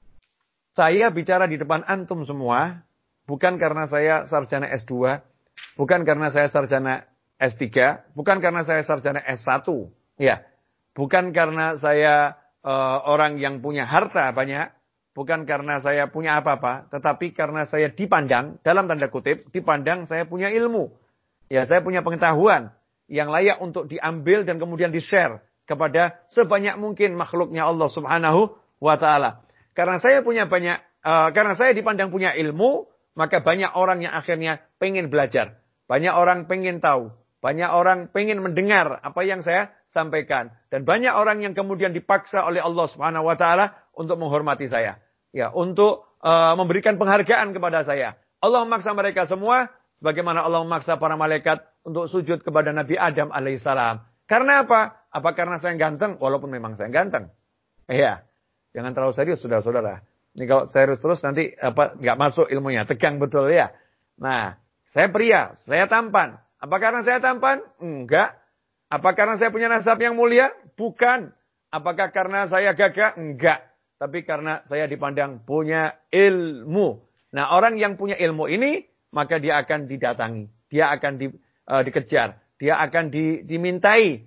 Saya bicara di depan antum semua, bukan karena saya sarjana S2, bukan karena saya sarjana S3, bukan karena saya sarjana S1. Ya, bukan karena saya orang yang punya harta banyak, bukan karena saya punya apa-apa, tetapi karena saya dipandang, dalam tanda kutip, dipandang saya punya ilmu. Ya, saya punya pengetahuan yang layak untuk diambil dan kemudian di-share kepada sebanyak mungkin makhluknya Allah Subhanahu wa Ta'ala. Karena saya karena saya dipandang punya ilmu, maka banyak orang yang akhirnya pengen belajar. Banyak orang pengen tahu. Banyak orang pengen mendengar apa yang saya sampaikan. Dan banyak orang yang kemudian dipaksa oleh Allah Subhanahu wa taala untuk menghormati saya. Ya, untuk memberikan penghargaan kepada saya. Allah memaksa mereka semua sebagaimana Allah memaksa para malaikat untuk sujud kepada Nabi Adam alaihissalam. Karena apa? Apa karena saya ganteng? Walaupun memang saya ganteng. Iya. Jangan terlalu serius saudara-saudara. Ini kalau serius terus nanti nggak masuk ilmunya, tegang betul ya. Nah, saya pria, saya tampan. Apa karena saya tampan? Enggak. Apa karena saya punya nasab yang mulia? Bukan. Apakah karena saya gagah? Enggak. Tapi karena saya dipandang punya ilmu. Nah, orang yang punya ilmu ini, maka dia akan didatangi. Dia akan dikejar. Dia akan dimintai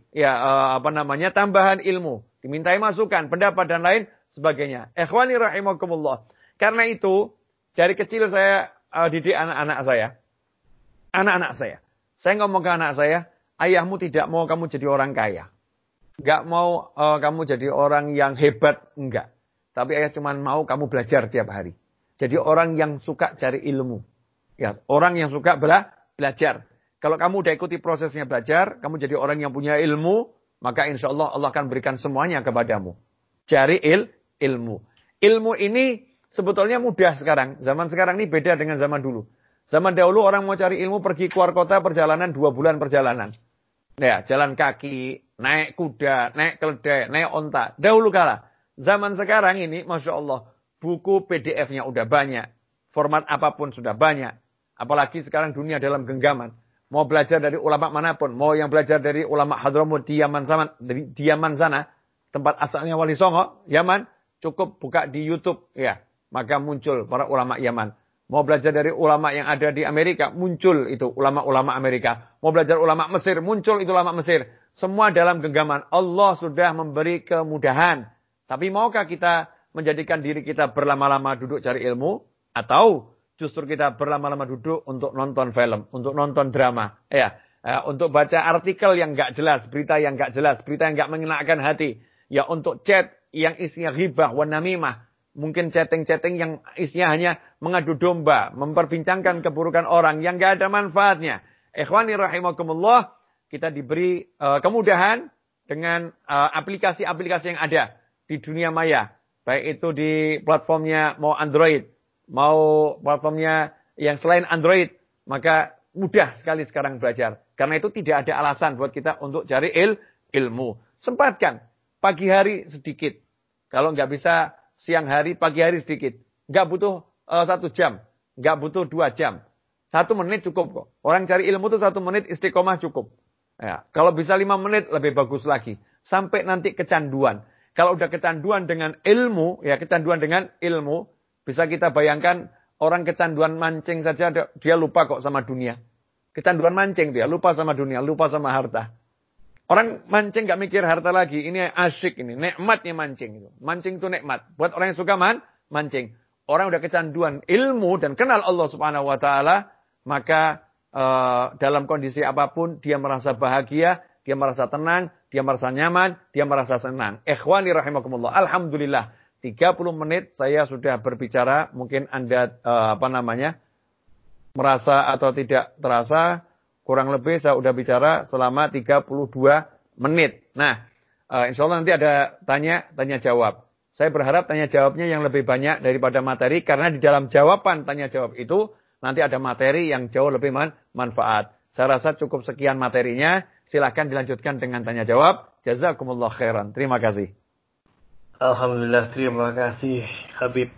tambahan ilmu. Dimintai masukan, pendapat dan lain sebagainya. Ikhwani rahimakumullah. Karena itu, dari kecil saya didik anak-anak saya. Anak-anak saya. Saya ngomong ke anak saya, ayahmu tidak mau kamu jadi orang kaya. Enggak mau kamu jadi orang yang hebat, enggak. Tapi ayah cuma mau kamu belajar tiap hari. Jadi orang yang suka cari ilmu. Ya, orang yang suka belajar. Kalau kamu udah ikuti prosesnya belajar, kamu jadi orang yang punya ilmu, maka insya Allah Allah akan berikan semuanya kepadamu. Cari ilmu. Ilmu ini sebetulnya mudah sekarang. Zaman sekarang ini beda dengan zaman dulu. Zaman dahulu orang mau cari ilmu pergi keluar kota perjalanan 2 bulan perjalanan. Ya, jalan kaki, naik kuda, naik keledai, naik onta. Dahulu kala. Zaman sekarang ini, Masya Allah, buku PDF-nya udah banyak. Format apapun sudah banyak. Apalagi sekarang dunia dalam genggaman. Mau belajar dari ulama manapun. Mau yang belajar dari ulama Hadramut di Yaman sana. Tempat asalnya Wali Songo, Yaman. Cukup buka di YouTube. Ya, maka muncul para ulama Yaman. Mau belajar dari ulama yang ada di Amerika. Muncul itu ulama-ulama Amerika. Mau belajar ulama Mesir. Muncul itu ulama Mesir. Semua dalam genggaman. Allah sudah memberi kemudahan. Tapi maukah kita menjadikan diri kita berlama-lama duduk cari ilmu? Atau justru kita berlama-lama duduk untuk nonton film, untuk nonton drama, untuk baca artikel yang nggak jelas, berita yang nggak jelas, berita yang nggak mengenakan hati, ya untuk chat yang isinya ghibah, wan namimah, mungkin chatting-chatting yang isinya hanya mengadu domba, memperbincangkan keburukan orang yang nggak ada manfaatnya. Ikhwani rahimakumullah, kita diberi kemudahan dengan aplikasi-aplikasi yang ada di dunia maya, baik itu di platformnya mau Android, mau platformnya yang selain Android, maka mudah sekali sekarang belajar. Karena itu tidak ada alasan buat kita untuk cari ilmu. Sempatkan pagi hari sedikit. Kalau nggak bisa siang hari, pagi hari sedikit. Nggak butuh 1 jam, nggak butuh 2 jam. 1 menit cukup kok. Orang cari ilmu itu 1 menit istiqomah cukup. Ya, kalau bisa 5 menit lebih bagus lagi. Sampai nanti kecanduan. Kalau udah kecanduan dengan ilmu, bisa kita bayangkan orang kecanduan mancing saja, dia lupa kok sama dunia. Kecanduan mancing dia, lupa sama dunia, lupa sama harta. Orang mancing gak mikir harta lagi, ini asyik ini, nikmatnya mancing. Mancing itu nikmat, buat orang yang suka mancing. Orang udah kecanduan ilmu dan kenal Allah Subhanahu Wa Taala, maka dalam kondisi apapun dia merasa bahagia, dia merasa tenang, dia merasa nyaman, dia merasa senang. Ikhwani rahimakumullah. Alhamdulillah. 30 menit saya sudah berbicara. Mungkin Anda merasa atau tidak terasa. Kurang lebih saya sudah bicara selama 32 menit. Nah, insya Allah nanti ada tanya jawab. Saya berharap tanya jawabnya yang lebih banyak daripada materi. Karena di dalam jawaban tanya jawab itu nanti ada materi yang jauh lebih manfaat. Saya rasa cukup sekian materinya. Silakan dilanjutkan dengan tanya jawab. Jazakumullah khairan. Terima kasih. Alhamdulillah, terima kasih Habib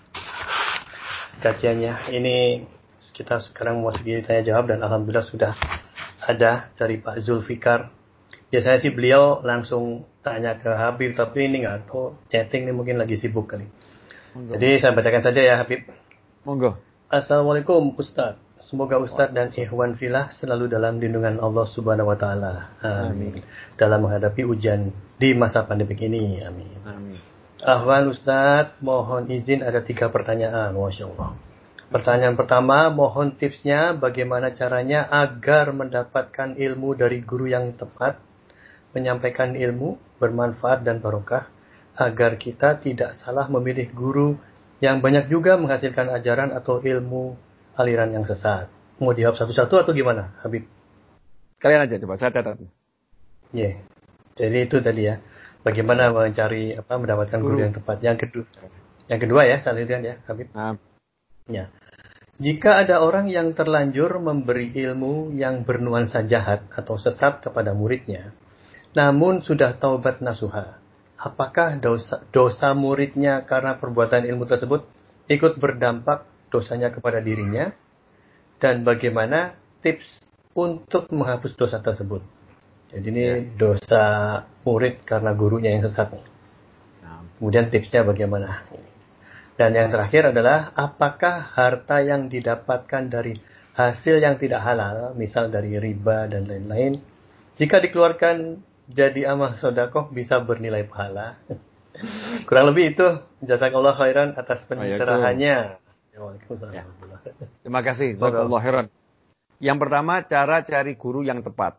kajiannya. Ini kita sekarang memasuki tanya jawab dan alhamdulillah sudah ada dari Pak Zulfikar. Biasanya sih beliau langsung tanya ke Habib, tapi ini nggak tahu chatting ini mungkin lagi sibuk kali. Monggo. Jadi saya bacakan saja ya Habib. Monggo. Assalamualaikum Ustaz. Semoga Ustaz dan Ikhwan Filah selalu dalam lindungan Allah Subhanahu Wa Taala. Amin. Dalam menghadapi ujian di masa pandemik ini. Amin. Amin. Ahwan Ustaz, mohon izin ada 3 pertanyaan. Masya Allah. Pertanyaan pertama, mohon tipsnya bagaimana caranya agar mendapatkan ilmu dari guru yang tepat, menyampaikan ilmu bermanfaat dan barokah, agar kita tidak salah memilih guru yang banyak juga menghasilkan ajaran atau ilmu aliran yang sesat. Mau dijawab satu-satu atau gimana, Habib? Sekalian aja coba saya catat. Yeah. Jadi itu tadi ya. Bagaimana mendapatkan guru yang tepat. Yang kedua ya, Salirian ya, Habib. Ya. Jika ada orang yang terlanjur memberi ilmu yang bernuansa jahat atau sesat kepada muridnya, namun sudah taubat nasuha, apakah dosa muridnya karena perbuatan ilmu tersebut ikut berdampak dosanya kepada dirinya? Dan bagaimana tips untuk menghapus dosa tersebut? Jadi ini dosa murid karena gurunya yang sesat. Kemudian tipsnya bagaimana? Dan yang terakhir adalah apakah harta yang didapatkan dari hasil yang tidak halal, misal dari riba dan lain-lain, jika dikeluarkan jadi amal sedekah bisa bernilai pahala? Kurang lebih itu. Jazakallah khairan atas pencerahannya. Ya. Terima kasih. Jazakallah khairan. Yang pertama, cara cari guru yang tepat.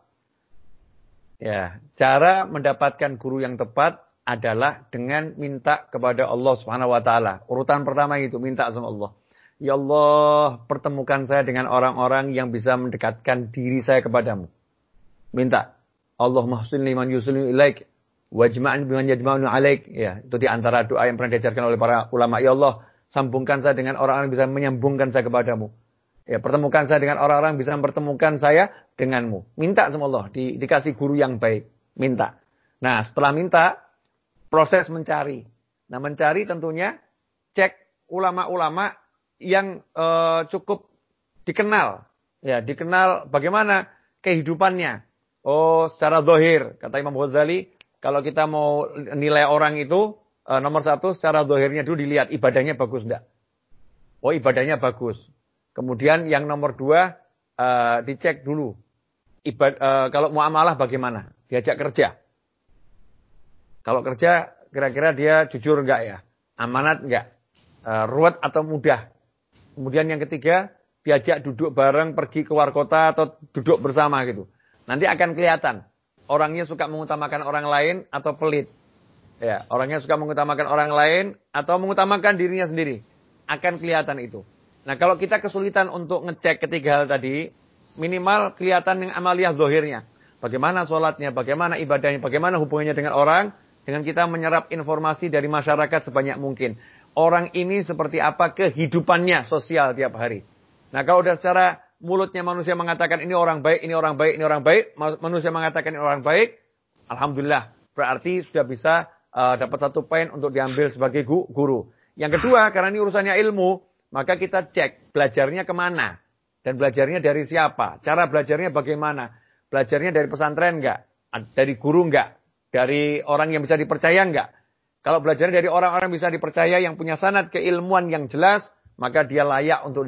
Ya, cara mendapatkan guru yang tepat adalah dengan minta kepada Allah Subhanahu wa taala. Urutan pertama itu minta sama Allah. Ya Allah, pertemukan saya dengan orang-orang yang bisa mendekatkan diri saya kepadamu. Minta. Allahumma husnil liman yusillu ilaik wajma'an biman yajma'unu alaik. Ya, itu di antara doa yang pernah diajarkan oleh para ulama. Ya Allah, sambungkan saya dengan orang-orang yang bisa menyambungkan saya kepadamu. Ya, pertemukan saya dengan orang-orang yang bisa mempertemukan saya denganmu. Minta sama Allah, dikasih guru yang baik. Minta. Nah, setelah minta, proses mencari. Nah, mencari tentunya cek ulama-ulama yang cukup dikenal. Ya, dikenal bagaimana kehidupannya. Oh, secara zahir, kata Imam Ghazali, kalau kita mau nilai orang itu, nomor satu, secara zahirnya dulu dilihat, ibadahnya bagus enggak? Oh, ibadahnya bagus. Kemudian yang nomor dua, dicek dulu. Kalau muamalah bagaimana? Diajak kerja. Kalau kerja, kira-kira dia jujur enggak ya? Amanat enggak? Ruwet atau mudah? Kemudian yang ketiga, diajak duduk bareng, pergi ke luar kota atau duduk bersama gitu. Nanti akan kelihatan. Orangnya suka mengutamakan orang lain atau pelit. Ya, orangnya suka mengutamakan orang lain atau mengutamakan dirinya sendiri. Akan kelihatan itu. Nah, kalau kita kesulitan untuk ngecek ketiga hal tadi, minimal kelihatan yang amaliyah zahirnya. Bagaimana sholatnya, bagaimana ibadahnya, bagaimana hubungannya dengan orang, dengan kita menyerap informasi dari masyarakat sebanyak mungkin. Orang ini seperti apa kehidupannya sosial tiap hari. Nah, kalau udah secara mulutnya manusia mengatakan ini orang baik, ini orang baik, ini orang baik, manusia mengatakan ini orang baik, alhamdulillah, berarti sudah bisa dapat satu poin untuk diambil sebagai guru. Yang kedua, karena ini urusannya ilmu, maka kita cek belajarnya kemana. Dan belajarnya dari siapa. Cara belajarnya bagaimana. Belajarnya dari pesantren enggak? Dari guru enggak? Dari orang yang bisa dipercaya enggak? Kalau belajarnya dari orang-orang bisa dipercaya yang punya sanad keilmuan yang jelas, maka beliau layak untuk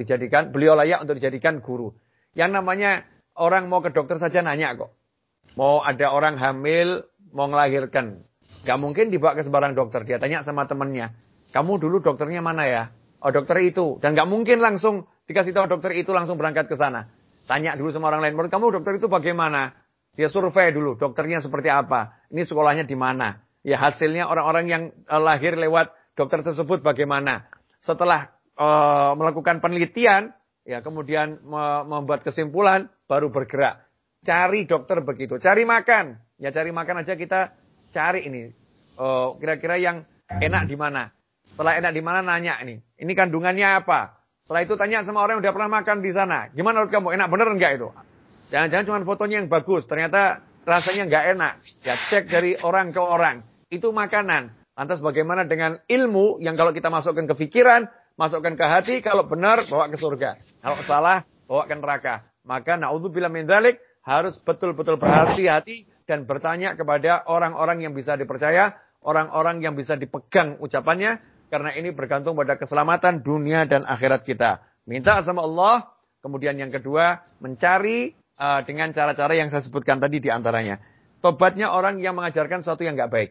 dijadikan guru. Yang namanya orang mau ke dokter saja nanya kok. Mau ada orang hamil, mau ngelahirkan. Gak mungkin dibawa ke sembarang dokter. Dia tanya sama temannya, kamu dulu dokternya mana ya? Oh, dokter itu. Dan gak mungkin langsung dikasih tahu dokter itu langsung berangkat ke sana. Tanya dulu sama orang lain, menurut kamu dokter itu bagaimana? Dia survei dulu, dokternya seperti apa? Ini sekolahnya di mana? Ya, hasilnya orang-orang yang lahir lewat dokter tersebut bagaimana? Setelah melakukan penelitian, ya kemudian membuat kesimpulan, baru bergerak. Cari dokter begitu. Cari makan. Ya, cari makan aja kita cari ini. Kira-kira yang enak di mana? Setelah enak di mana nanya ini. Ini kandungannya apa? Setelah itu tanya sama orang yang udah pernah makan di sana. Gimana menurut kamu? Enak bener enggak itu? Jangan-jangan cuma fotonya yang bagus. Ternyata rasanya enggak enak. Ya, cek dari orang ke orang. Itu makanan. Lantas bagaimana dengan ilmu yang kalau kita masukkan ke pikiran, masukkan ke hati, kalau benar bawa ke surga. Kalau salah, bawa ke neraka. Maka na'udzubillah min dzalik, harus betul-betul berhati-hati dan bertanya kepada orang-orang yang bisa dipercaya, orang-orang yang bisa dipegang ucapannya, karena ini bergantung pada keselamatan dunia dan akhirat kita. Minta sama Allah, kemudian yang kedua, mencari dengan cara-cara yang saya sebutkan tadi di antaranya. Tobatnya orang yang mengajarkan sesuatu yang nggak baik.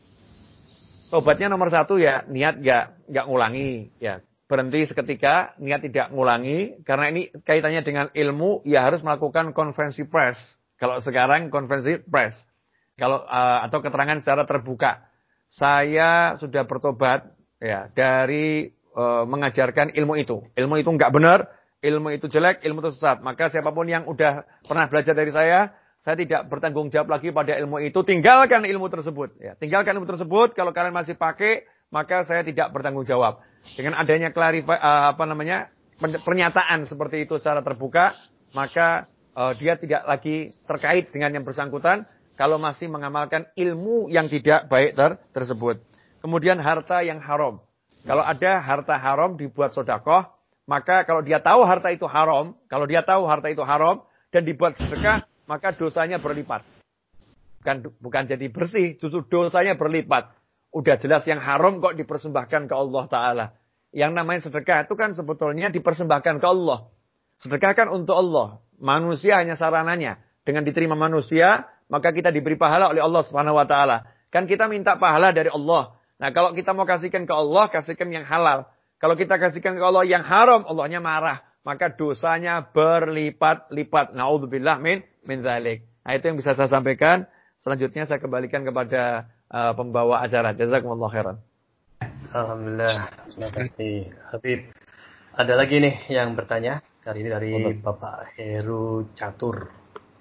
Tobatnya nomor satu ya, niat nggak ngulangi. Ya, berhenti seketika, niat tidak ngulangi. Karena ini kaitannya dengan ilmu, ya harus melakukan konferensi pers. Kalau sekarang konferensi pers. Atau keterangan secara terbuka. Saya sudah bertobat ya dari mengajarkan ilmu itu. Ilmu itu nggak benar, ilmu itu jelek, ilmu itu sesat. Maka siapapun yang udah pernah belajar dari saya saya tidak bertanggung jawab lagi pada ilmu itu, tinggalkan ilmu tersebut. Ya, tinggalkan ilmu tersebut, kalau kalian masih pakai, maka saya tidak bertanggung jawab. Dengan adanya pernyataan seperti itu secara terbuka, maka dia tidak lagi terkait dengan yang bersangkutan kalau masih mengamalkan ilmu yang tidak baik tersebut. Kemudian harta yang haram. Kalau ada harta haram dibuat sedekah, maka kalau dia tahu harta itu haram, dan dibuat sedekah, maka dosanya berlipat. Bukan jadi bersih, justru dosanya berlipat. Udah jelas yang haram kok dipersembahkan ke Allah Ta'ala. Yang namanya sedekah itu kan sebetulnya dipersembahkan ke Allah. Sedekah kan untuk Allah. Manusia hanya sarananya. Dengan diterima manusia, maka kita diberi pahala oleh Allah Subhanahu Wa Ta'ala. Kan kita minta pahala dari Allah. Nah kalau kita mau kasihkan ke Allah, kasihkan yang halal. Kalau kita kasihkan ke Allah yang haram, Allahnya marah. Maka dosanya berlipat-lipat. Na'udzubillah min dzalik. Nah itu yang bisa saya sampaikan. Selanjutnya saya kembalikan kepada pembawa acara. Jazakumullah khairan. Alhamdulillah. Terima kasih Habib. Ada lagi nih yang bertanya. Kali ini dari Bapak Heru Catur.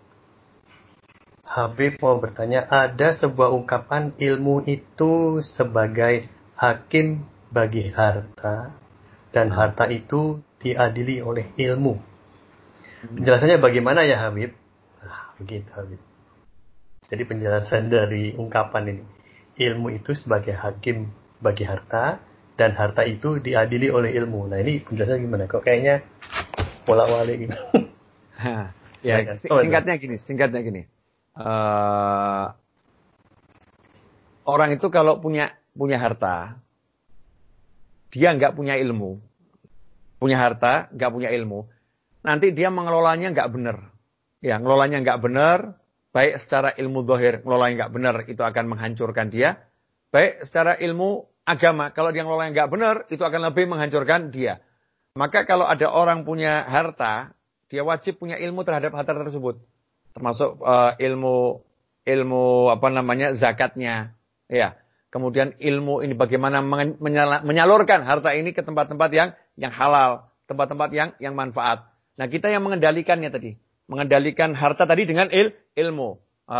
Habib mau bertanya, ada sebuah ungkapan ilmu itu sebagai hakim bagi harta, dan harta itu diadili oleh ilmu. Penjelasannya bagaimana ya Habib? Nah, begitu Habib. Jadi penjelasan dari ungkapan ini, ilmu itu sebagai hakim bagi harta, dan harta itu diadili oleh ilmu. Nah ini penjelasannya gimana? Kok kayaknya bolak-balik gitu. Ya, singkatnya gini. Orang itu kalau punya harta, dia nggak punya ilmu. Punya harta, nggak punya ilmu. Nanti dia mengelolanya nggak benar. Ya, ngelolanya nggak benar. Baik secara ilmu zahir, ngelolanya nggak benar, itu akan menghancurkan dia. Baik secara ilmu agama, kalau dia ngelolanya nggak benar, itu akan lebih menghancurkan dia. Maka kalau ada orang punya harta, dia wajib punya ilmu terhadap harta tersebut. Termasuk ilmu zakatnya. Ya. Kemudian ilmu ini bagaimana menyalurkan harta ini ke tempat-tempat yang halal, tempat-tempat yang manfaat. Nah, kita yang mengendalikannya tadi, mengendalikan harta tadi dengan ilmu.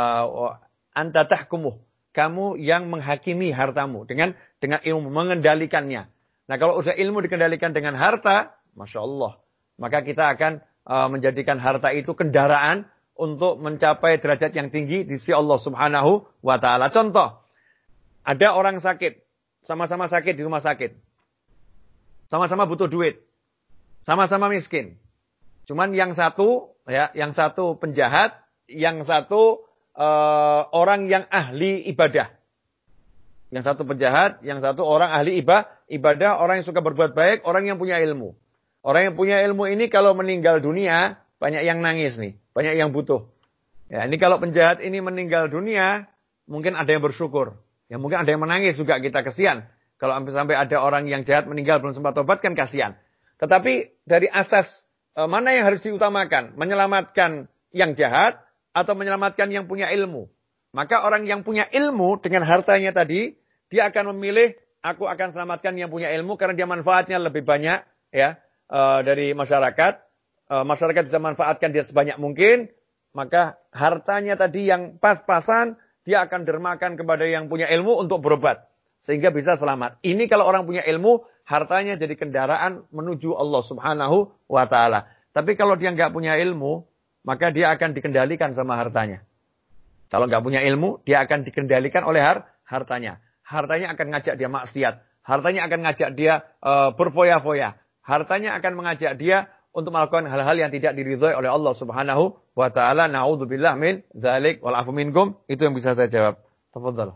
Anta tahkumuh. Kamu yang menghakimi hartamu dengan ilmu, mengendalikannya. Nah, kalau udah ilmu dikendalikan dengan harta, Masya Allah, maka kita akan menjadikan harta itu kendaraan untuk mencapai derajat yang tinggi di sisi Allah Subhanahu wa Ta'ala. Contoh, ada orang sakit, sama-sama sakit di rumah sakit. Sama-sama butuh duit. Sama-sama miskin. Cuman yang satu penjahat, yang satu orang yang ahli ibadah. Yang satu penjahat, yang satu orang ahli ibadah, orang yang suka berbuat baik, orang yang punya ilmu. Orang yang punya ilmu ini kalau meninggal dunia, banyak yang nangis nih, banyak yang butuh. Ya, ini kalau penjahat ini meninggal dunia, mungkin ada yang bersyukur. Ya, mungkin ada yang menangis juga, kita kasihan. Kalau sampai ada orang yang jahat meninggal belum sempat tobat, kan kasihan. Tetapi dari asas mana yang harus diutamakan? Menyelamatkan yang jahat atau menyelamatkan yang punya ilmu? Maka orang yang punya ilmu dengan hartanya tadi, dia akan memilih, aku akan selamatkan yang punya ilmu karena dia manfaatnya lebih banyak ya dari masyarakat. Masyarakat bisa manfaatkan dia sebanyak mungkin, maka hartanya tadi yang pas-pasan, dia akan dermakan kepada yang punya ilmu untuk berobat. Sehingga bisa selamat. Ini kalau orang punya ilmu, hartanya jadi kendaraan menuju Allah Subhanahu wa Ta'ala. Tapi kalau dia nggak punya ilmu, maka dia akan dikendalikan sama hartanya. Kalau nggak punya ilmu, dia akan dikendalikan oleh hartanya. Hartanya akan ngajak dia maksiat. Hartanya akan ngajak dia berfoya-foya. Hartanya akan mengajak dia untuk melakukan hal-hal yang tidak diridhoi oleh Allah Subhanahu wa Ta'ala. Na'udzubillah min dzalik wal afu minkum. Itu yang bisa saya jawab. Tafadhal.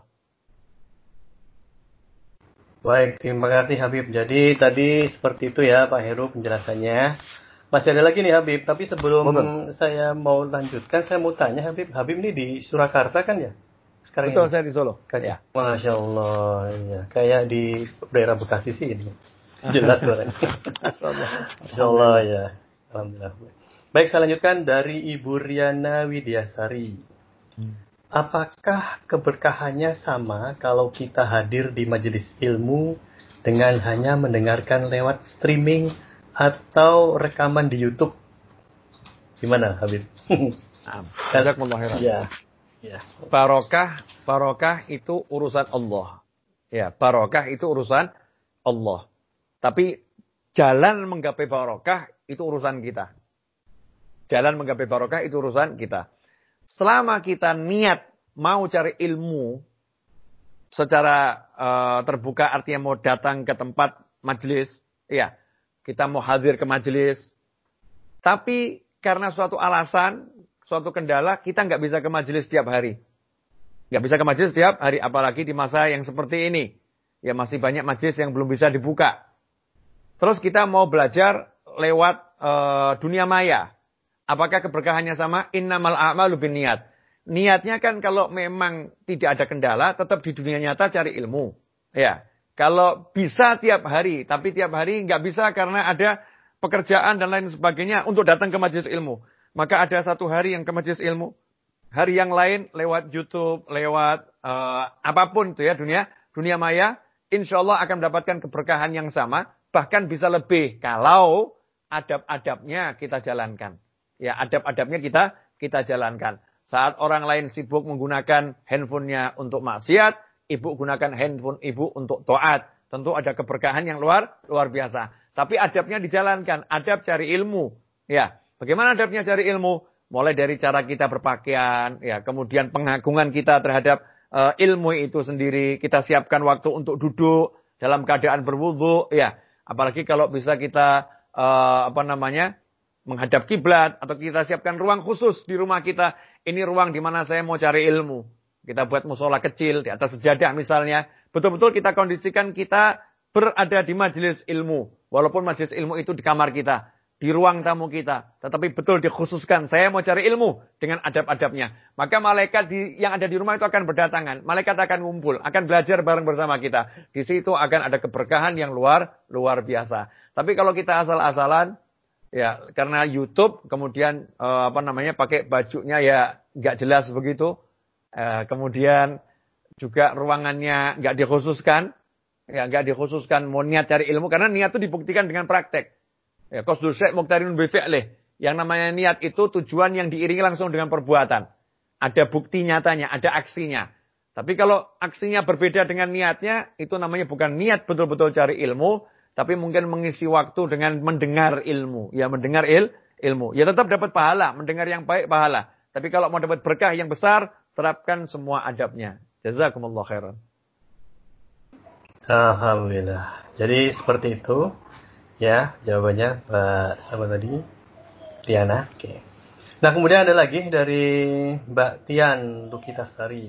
Baik, terima kasih Habib. Jadi tadi seperti itu ya Pak Heru penjelasannya. Masih ada lagi nih Habib, tapi sebelum saya mau lanjutkan, saya mau tanya Habib. Habib ini di Surakarta kan ya? Sekarang Betul, ini? saya di Solo. Ya. Masya Allah, ya. Kayak di daerah Bekasi sih ini. Jelas suaranya. Masya Allah ya. Alhamdulillah. Baik, saya lanjutkan dari Ibu Riana Widyasari. Apakah keberkahannya sama kalau kita hadir di majelis ilmu dengan hanya mendengarkan lewat streaming atau rekaman di YouTube? Gimana Habib? Jazakumullah khairan. Ya. Ya. Barokah itu urusan Allah. Ya, barokah itu urusan Allah. Tapi jalan menggapai barokah itu urusan kita. Jalan menggapai barokah itu urusan kita. Selama kita niat mau cari ilmu secara terbuka, artinya mau datang ke tempat majelis, ya, kita mau hadir ke majelis. Tapi karena suatu alasan, suatu kendala, kita nggak bisa ke majelis setiap hari. Nggak bisa ke majelis setiap hari, apalagi di masa yang seperti ini. Ya masih banyak majelis yang belum bisa dibuka. Terus kita mau belajar lewat dunia maya. Apakah keberkahannya sama? Innamal a'malu binniyat. Niatnya kan kalau memang tidak ada kendala, tetap di dunia nyata cari ilmu. Ya, kalau bisa tiap hari, tapi tiap hari nggak bisa karena ada pekerjaan dan lain sebagainya untuk datang ke majelis ilmu. Maka ada satu hari yang ke majelis ilmu, hari yang lain lewat YouTube, lewat apapun itu ya, dunia maya, insya Allah akan mendapatkan keberkahan yang sama, bahkan bisa lebih kalau adab-adabnya kita jalankan. Ya, adab-adabnya kita jalankan. Saat orang lain sibuk menggunakan handphonenya untuk maksiat, ibu gunakan handphone ibu untuk taat. Tentu ada keberkahan yang luar biasa. Tapi adabnya dijalankan, adab cari ilmu. Ya, bagaimana adabnya cari ilmu? Mulai dari cara kita berpakaian, ya, kemudian pengagungan kita terhadap ilmu itu sendiri. Kita siapkan waktu untuk duduk dalam keadaan berwudu, ya. Apalagi kalau bisa kita menghadap kiblat atau kita siapkan ruang khusus di rumah kita. Ini ruang di mana saya mau cari ilmu. Kita buat musola kecil di atas sejadah misalnya. Betul-betul kita kondisikan kita berada di majelis ilmu. Walaupun majelis ilmu itu di kamar kita, di ruang tamu kita. Tetapi betul dikhususkan, saya mau cari ilmu dengan adab-adabnya. Maka malaikat yang ada di rumah itu akan berdatangan. Malaikat akan ngumpul, akan belajar bareng bersama kita. Di situ akan ada keberkahan yang luar biasa. Tapi kalau kita asal-asalan, ya karena YouTube, kemudian pakai bajunya ya nggak jelas begitu. Kemudian juga ruangannya nggak dikhususkan. Ya, nggak dikhususkan mau niat cari ilmu, karena niat itu dibuktikan dengan praktek. Ya, qasdul syai' muqtarinun bi fi'lih. Yang namanya niat itu tujuan yang diiringi langsung dengan perbuatan. Ada bukti nyatanya, ada aksinya. Tapi kalau aksinya berbeda dengan niatnya, itu namanya bukan niat betul-betul cari ilmu, tapi mungkin mengisi waktu dengan mendengar ilmu. Ya, mendengar ilmu. Ya tetap dapat pahala, mendengar yang baik pahala. Tapi kalau mau dapat berkah yang besar, terapkan semua adabnya. Jazakumullah khairan. Alhamdulillah. Jadi seperti itu ya jawabannya Pak sama tadi Riana. Oke. Nah kemudian ada lagi dari Mbak Tian Lukitasari.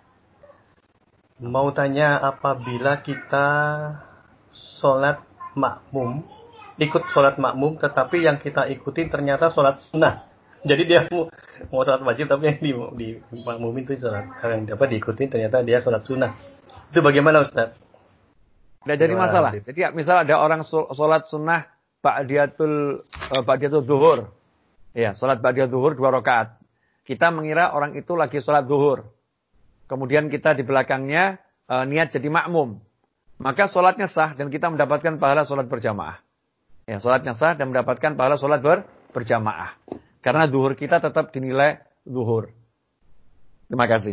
Mau tanya, apabila kita sholat makmum, ikut sholat makmum, tetapi yang kita ikuti ternyata sholat sunnah. Jadi dia mau sholat wajib, tapi yang di makmum itu sholat yang diikuti ternyata dia sholat sunnah. Itu bagaimana Ustaz? Tidak jadi masalah. Jadi misal ada orang sholat sunnah ba'diyatul zuhur. Ya, sholat ba'diyat zuhur 2 rakaat. Kita mengira orang itu lagi sholat zuhur. Kemudian kita di belakangnya niat jadi makmum. Maka sholatnya sah dan kita mendapatkan pahala sholat berjamaah. Ya, sholatnya sah dan mendapatkan pahala sholat berjamaah. Karena zuhur kita tetap dinilai zuhur. Terima kasih.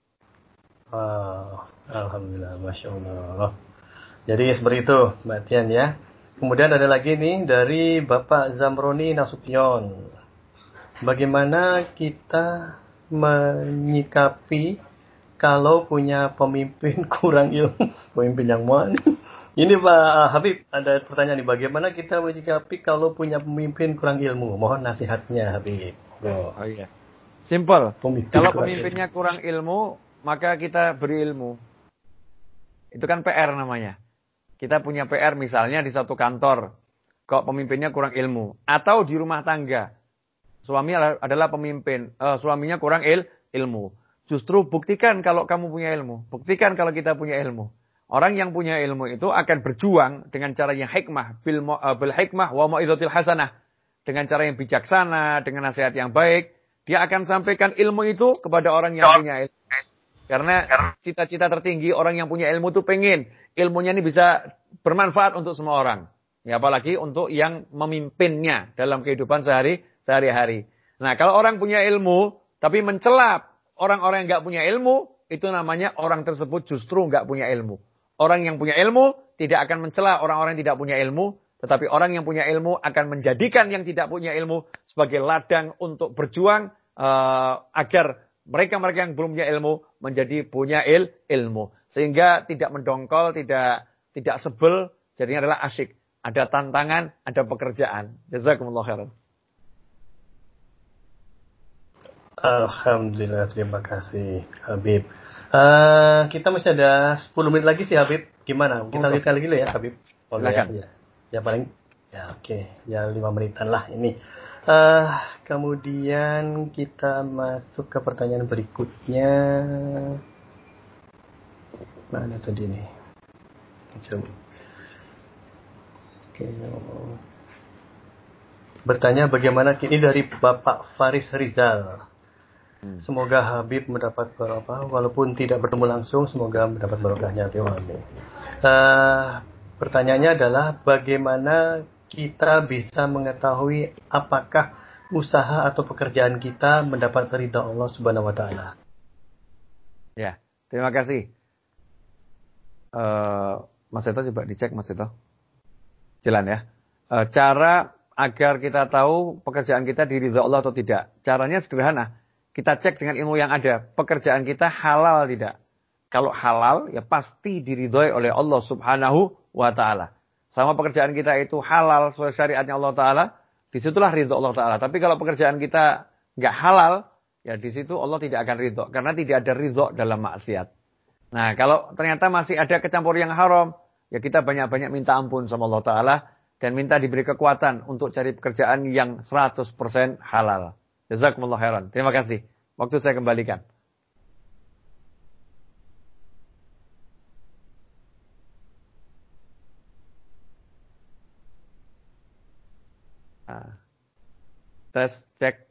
Alhamdulillah, Masya Allah. Jadi seperti itu Mbak Tian ya. Kemudian ada lagi nih dari Bapak Zamroni Nasution. Bagaimana kita menyikapi kalau punya pemimpin kurang ilmu? Pemimpin yang mana? Ini Pak Habib, ada pertanyaan nih. Bagaimana kita menyikapi kalau punya pemimpin kurang ilmu? Mohon nasihatnya Habib. Oh iya. Simple. Kalau pemimpinnya kurang ilmu, maka kita beri ilmu. Itu kan PR namanya. Kita punya PR misalnya di satu kantor, kok pemimpinnya kurang ilmu. Atau di rumah tangga, suami adalah pemimpin, suaminya kurang ilmu. Justru buktikan kalau kamu punya ilmu. Buktikan kalau kita punya ilmu. Orang yang punya ilmu itu akan berjuang dengan cara yang hikmah. Bil hikmah wa mau'izatil hasanah. Dengan cara yang bijaksana, dengan nasihat yang baik. Dia akan sampaikan ilmu itu kepada orang yang punya ilmu. Karena cita-cita tertinggi orang yang punya ilmu itu pengen ilmunya ini bisa bermanfaat untuk semua orang. Ya, apalagi untuk yang memimpinnya dalam kehidupan sehari-hari. Nah, kalau orang punya ilmu, tapi mencela orang-orang yang nggak punya ilmu, itu namanya orang tersebut justru nggak punya ilmu. Orang yang punya ilmu tidak akan mencela orang-orang yang tidak punya ilmu, tetapi orang yang punya ilmu akan menjadikan yang tidak punya ilmu sebagai ladang untuk berjuang agar mereka-mereka yang belum punya ilmu menjadi punya ilmu. Sehingga tidak mendongkol, tidak sebel, jadinya adalah asyik. Ada tantangan, ada pekerjaan. Jazakumullah khairan. Alhamdulillah, terima kasih Habib. Kita masih ada 10 menit lagi sih Habib. Gimana? Kita lanjutkan lagi ya Habib. Silakan. Ya paling ya oke. Ya 5 menitan lah ini. Kemudian kita masuk ke pertanyaan berikutnya. Mana tadi nih? Coba. Oke. Bertanya bagaimana ini dari Bapak Faris Rizal. Semoga Habib mendapat barokah walaupun tidak bertemu langsung, semoga mendapat barokahnya. Terima kasih. Pertanyaannya adalah bagaimana kita bisa mengetahui apakah usaha atau pekerjaan kita mendapat ridha Allah Subhanahu wa taala. Ya, terima kasih. Mas Seto coba dicek Mas Seto. Jalan ya. Cara agar kita tahu pekerjaan kita diridha Allah atau tidak. Caranya sederhana. Kita cek dengan ilmu yang ada. Pekerjaan kita halal tidak. Kalau halal, ya pasti diridhoi oleh Allah Subhanahu wa ta'ala. Sama pekerjaan kita itu halal sesuai syariatnya Allah Ta'ala. Disitulah ridho Allah Ta'ala. Tapi kalau pekerjaan kita nggak halal, ya di situ Allah tidak akan ridho. Karena tidak ada ridho dalam maksiat. Nah, kalau ternyata masih ada kecampur yang haram, ya kita banyak-banyak minta ampun sama Allah Ta'ala. Dan minta diberi kekuatan untuk cari pekerjaan yang 100% halal. Jazakumullah khairan. Terima kasih. Waktu saya kembalikan. Tes, cek.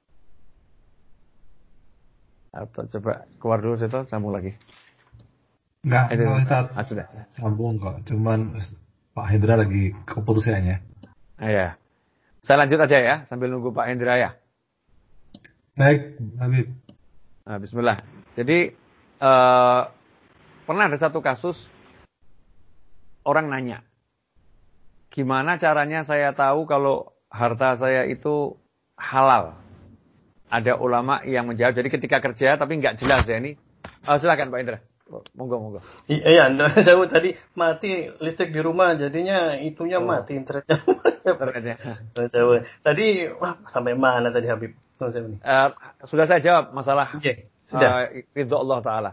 Atau coba keluar dulu, Seto, sambung lagi. Enggak, sudah. Sambung kok. Cuman Pak Hendra lagi keputusannya. Ya. Saya lanjut aja ya, sambil nunggu Pak Hendra ya. Baik, Habib. Nah, bismillah. Jadi, pernah ada satu kasus, orang nanya, gimana caranya saya tahu kalau harta saya itu halal? Ada ulama yang menjawab, jadi ketika kerja, tapi nggak jelas ya ini. Silakan Pak Indra. Monggo. Iya, saya tadi mati listrik di rumah, jadinya itunya mati internetnya. Tadi, sampai mana tadi Habib? Sudah saya jawab masalah ridho Allah Ta'ala.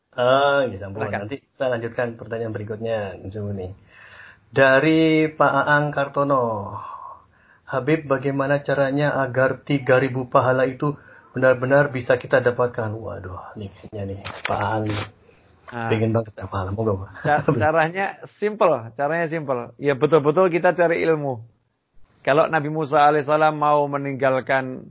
Ya sambung. Nanti kita lanjutkan pertanyaan berikutnya. Nih. Dari Pak Aang Kartono. Habib, bagaimana caranya agar 3.000 pahala itu benar-benar bisa kita dapatkan? Waduh, nih kayaknya nih Pak Aang nih. Pengen banget pahala. Moga. Caranya simple. Ya betul-betul kita cari ilmu. Kalau Nabi Musa alaihissalam mau meninggalkan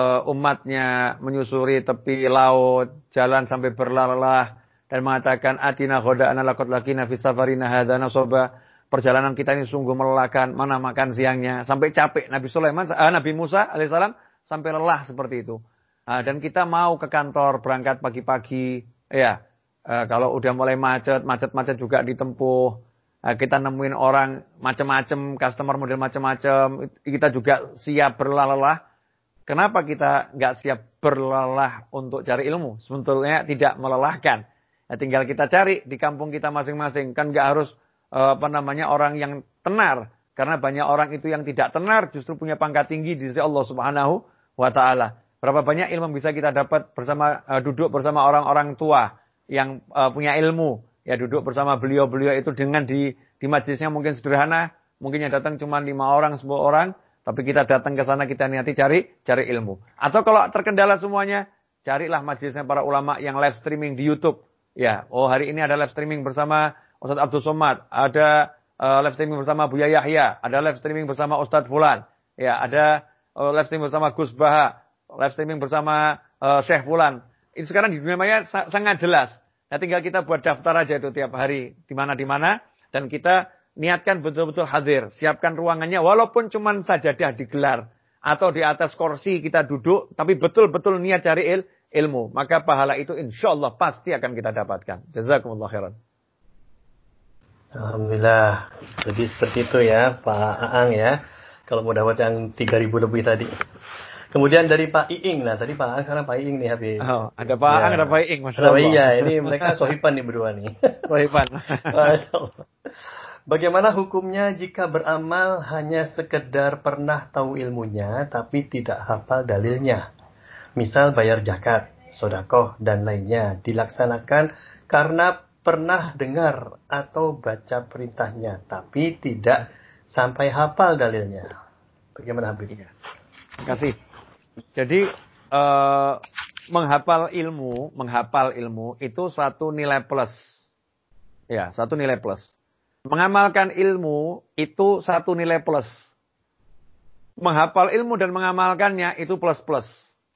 umatnya menyusuri tepi laut, jalan sampai berlalah dan mengatakan atina khoda'ana laqad laqina fi safarina hadza nasaba. Perjalanan kita ini sungguh melelahkan, mana makan siangnya, sampai capek. Nabi Musa alaihissalam sampai lelah seperti itu. Dan kita mau ke kantor berangkat pagi-pagi, ya. Kalau udah mulai macet juga ditempuh. Kita nemuin orang macam-macam, customer model macam-macam, kita juga siap berlelah. Kenapa kita nggak siap berlelah untuk cari ilmu? Sebetulnya tidak melelahkan. Ya, tinggal kita cari di kampung kita masing-masing. Kan nggak harus orang yang tenar. Karena banyak orang itu yang tidak tenar justru punya pangkat tinggi di sisi Allah Subhanahu wa Ta'ala. Berapa banyak ilmu bisa kita dapat duduk bersama orang-orang tua yang punya ilmu. Ya duduk bersama beliau-beliau itu dengan di majelisnya mungkin sederhana. Mungkin yang datang cuma 5 orang, 10 orang. Tapi kita datang ke sana, kita niati cari ilmu. Atau kalau terkendala semuanya, carilah majelisnya para ulama yang live streaming di YouTube. Ya, hari ini ada live streaming bersama Ustaz Abdul Somad, ada live streaming bersama Buya Yahya, ada live streaming bersama Ustaz Fulan. Ya, ada live streaming bersama Gus Baha, live streaming bersama Syekh Fulan. Ini sekarang di dunia maya sangat jelas. Nah, tinggal kita buat daftar aja itu tiap hari di mana dan kita niatkan betul-betul hadir, siapkan ruangannya walaupun cuma sajadah digelar atau di atas kursi kita duduk, tapi betul-betul niat cari ilmu, maka pahala itu insya Allah pasti akan kita dapatkan. Jazakumullah khairan. Alhamdulillah. Jadi seperti itu ya Pak Aang ya. Kalau mau dapat yang 3.000 lebih tadi. Kemudian dari Pak Iing. Nah tadi Pak Aang, sekarang Pak Iing nih Habib. Oh, ada Pak Aang, ada Pak Iing. Masya Allah. Iya, ini mereka sohiban nih berdua nih. Sohiban. Masya Allah. Bagaimana hukumnya jika beramal hanya sekedar pernah tahu ilmunya tapi tidak hafal dalilnya? Misal bayar zakat, sedekah dan lainnya dilaksanakan karena pernah dengar atau baca perintahnya tapi tidak sampai hafal dalilnya. Bagaimana Habib? Terima kasih. Jadi menghafal ilmu itu satu nilai plus. Ya, satu nilai plus. Mengamalkan ilmu itu satu nilai plus. Menghafal ilmu dan mengamalkannya itu plus-plus.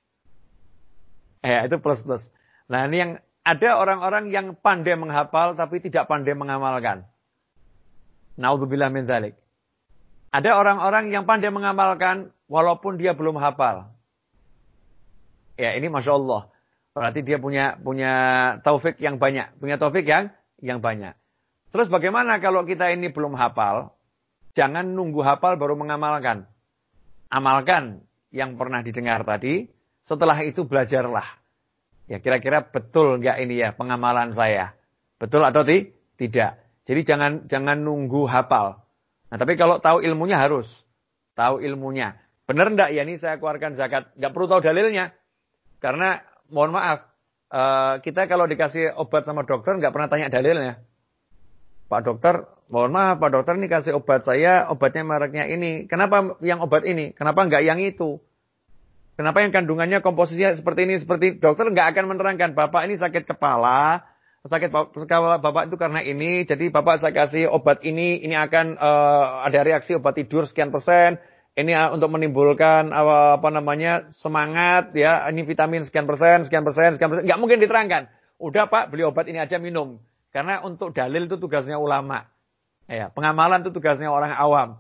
Ya, itu plus-plus. Nah, ini yang ada orang-orang yang pandai menghafal tapi tidak pandai mengamalkan. Naudzubillah min dzalik. Ada orang-orang yang pandai mengamalkan walaupun dia belum hafal. Ya, ini Masya Allah. Berarti dia punya taufik yang banyak. Punya taufik yang banyak. Terus bagaimana kalau kita ini belum hafal? Jangan nunggu hafal baru mengamalkan. Amalkan yang pernah didengar tadi. Setelah itu belajarlah. Ya kira-kira betul nggak ini ya pengamalan saya? Betul atau tidak? Jadi jangan nunggu hafal. Nah tapi kalau tahu ilmunya harus. Tahu ilmunya. Benar enggak ya ini saya keluarkan zakat? Nggak perlu tahu dalilnya. Karena mohon maaf. Kita kalau dikasih obat sama dokter nggak pernah tanya dalilnya. Pak dokter, mohon maaf Pak dokter ini kasih obat saya, obatnya mereknya ini. Kenapa yang obat ini? Kenapa enggak yang itu? Kenapa yang kandungannya komposisinya seperti ini, dokter enggak akan menerangkan. Bapak ini sakit kepala Bapak itu karena ini, jadi Bapak saya kasih obat ini akan ada reaksi obat tidur sekian persen. Ini untuk menimbulkan semangat ya, ini vitamin sekian persen. Enggak mungkin diterangkan. Udah Pak, beli obat ini aja minum. Karena untuk dalil itu tugasnya ulama. Ya, pengamalan itu tugasnya orang awam.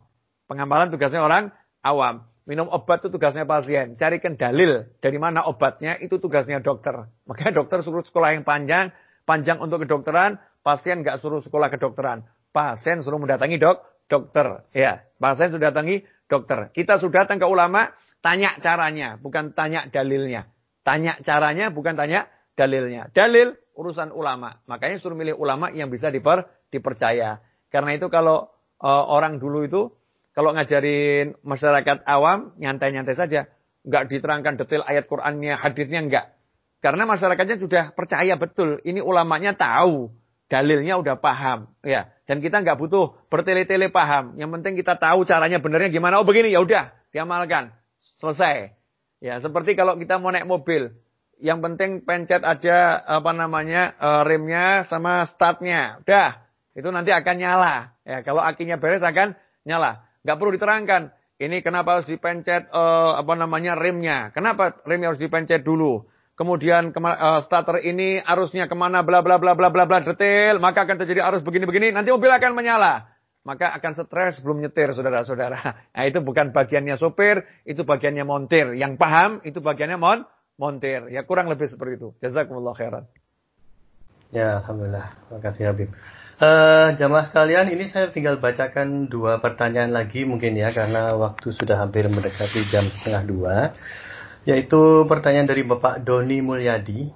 Minum obat itu tugasnya pasien. Carikan dalil dari mana obatnya itu tugasnya dokter. Makanya dokter suruh sekolah yang panjang untuk kedokteran. Pasien nggak suruh sekolah kedokteran. Pasien suruh mendatangi dokter. Ya, pasien sudah datangi dokter. Kita sudah datang ke ulama, tanya caranya, bukan tanya dalilnya. Tanya caranya, bukan tanya dalilnya. Dalil urusan ulama. Makanya suruh milih ulama yang bisa dipercaya. Karena itu kalau orang dulu itu kalau ngajarin masyarakat awam nyantai-nyantai saja, enggak diterangkan detail ayat Qur'annya, hadisnya enggak. Karena masyarakatnya sudah percaya betul, ini ulamanya tahu, dalilnya udah paham, ya. Dan kita enggak butuh bertele-tele paham. Yang penting kita tahu caranya benernya gimana. Oh begini, ya udah, diamalkan. Selesai. Ya, seperti kalau kita mau naik mobil, yang penting pencet aja remnya sama startnya. Udah, itu nanti akan nyala. Ya, kalau akinya beres akan nyala. Nggak perlu diterangkan. Ini kenapa harus dipencet remnya? Kenapa remnya harus dipencet dulu? Kemudian starter ini arusnya kemana? Bla bla bla bla bla bla detail. Maka akan terjadi arus begini-begini. Nanti mobil akan menyala. Maka akan stres sebelum nyetir, saudara-saudara. Nah, itu bukan bagiannya sopir, itu bagiannya montir. Yang paham itu bagiannya montir. Ya kurang lebih seperti itu. Jazakumullah khairan. Ya, alhamdulillah. Terima kasih Habib. Jamaah sekalian, ini saya tinggal bacakan 2 pertanyaan lagi mungkin ya, karena waktu sudah hampir mendekati jam 1:30. Yaitu pertanyaan dari Bapak Doni Mulyadi.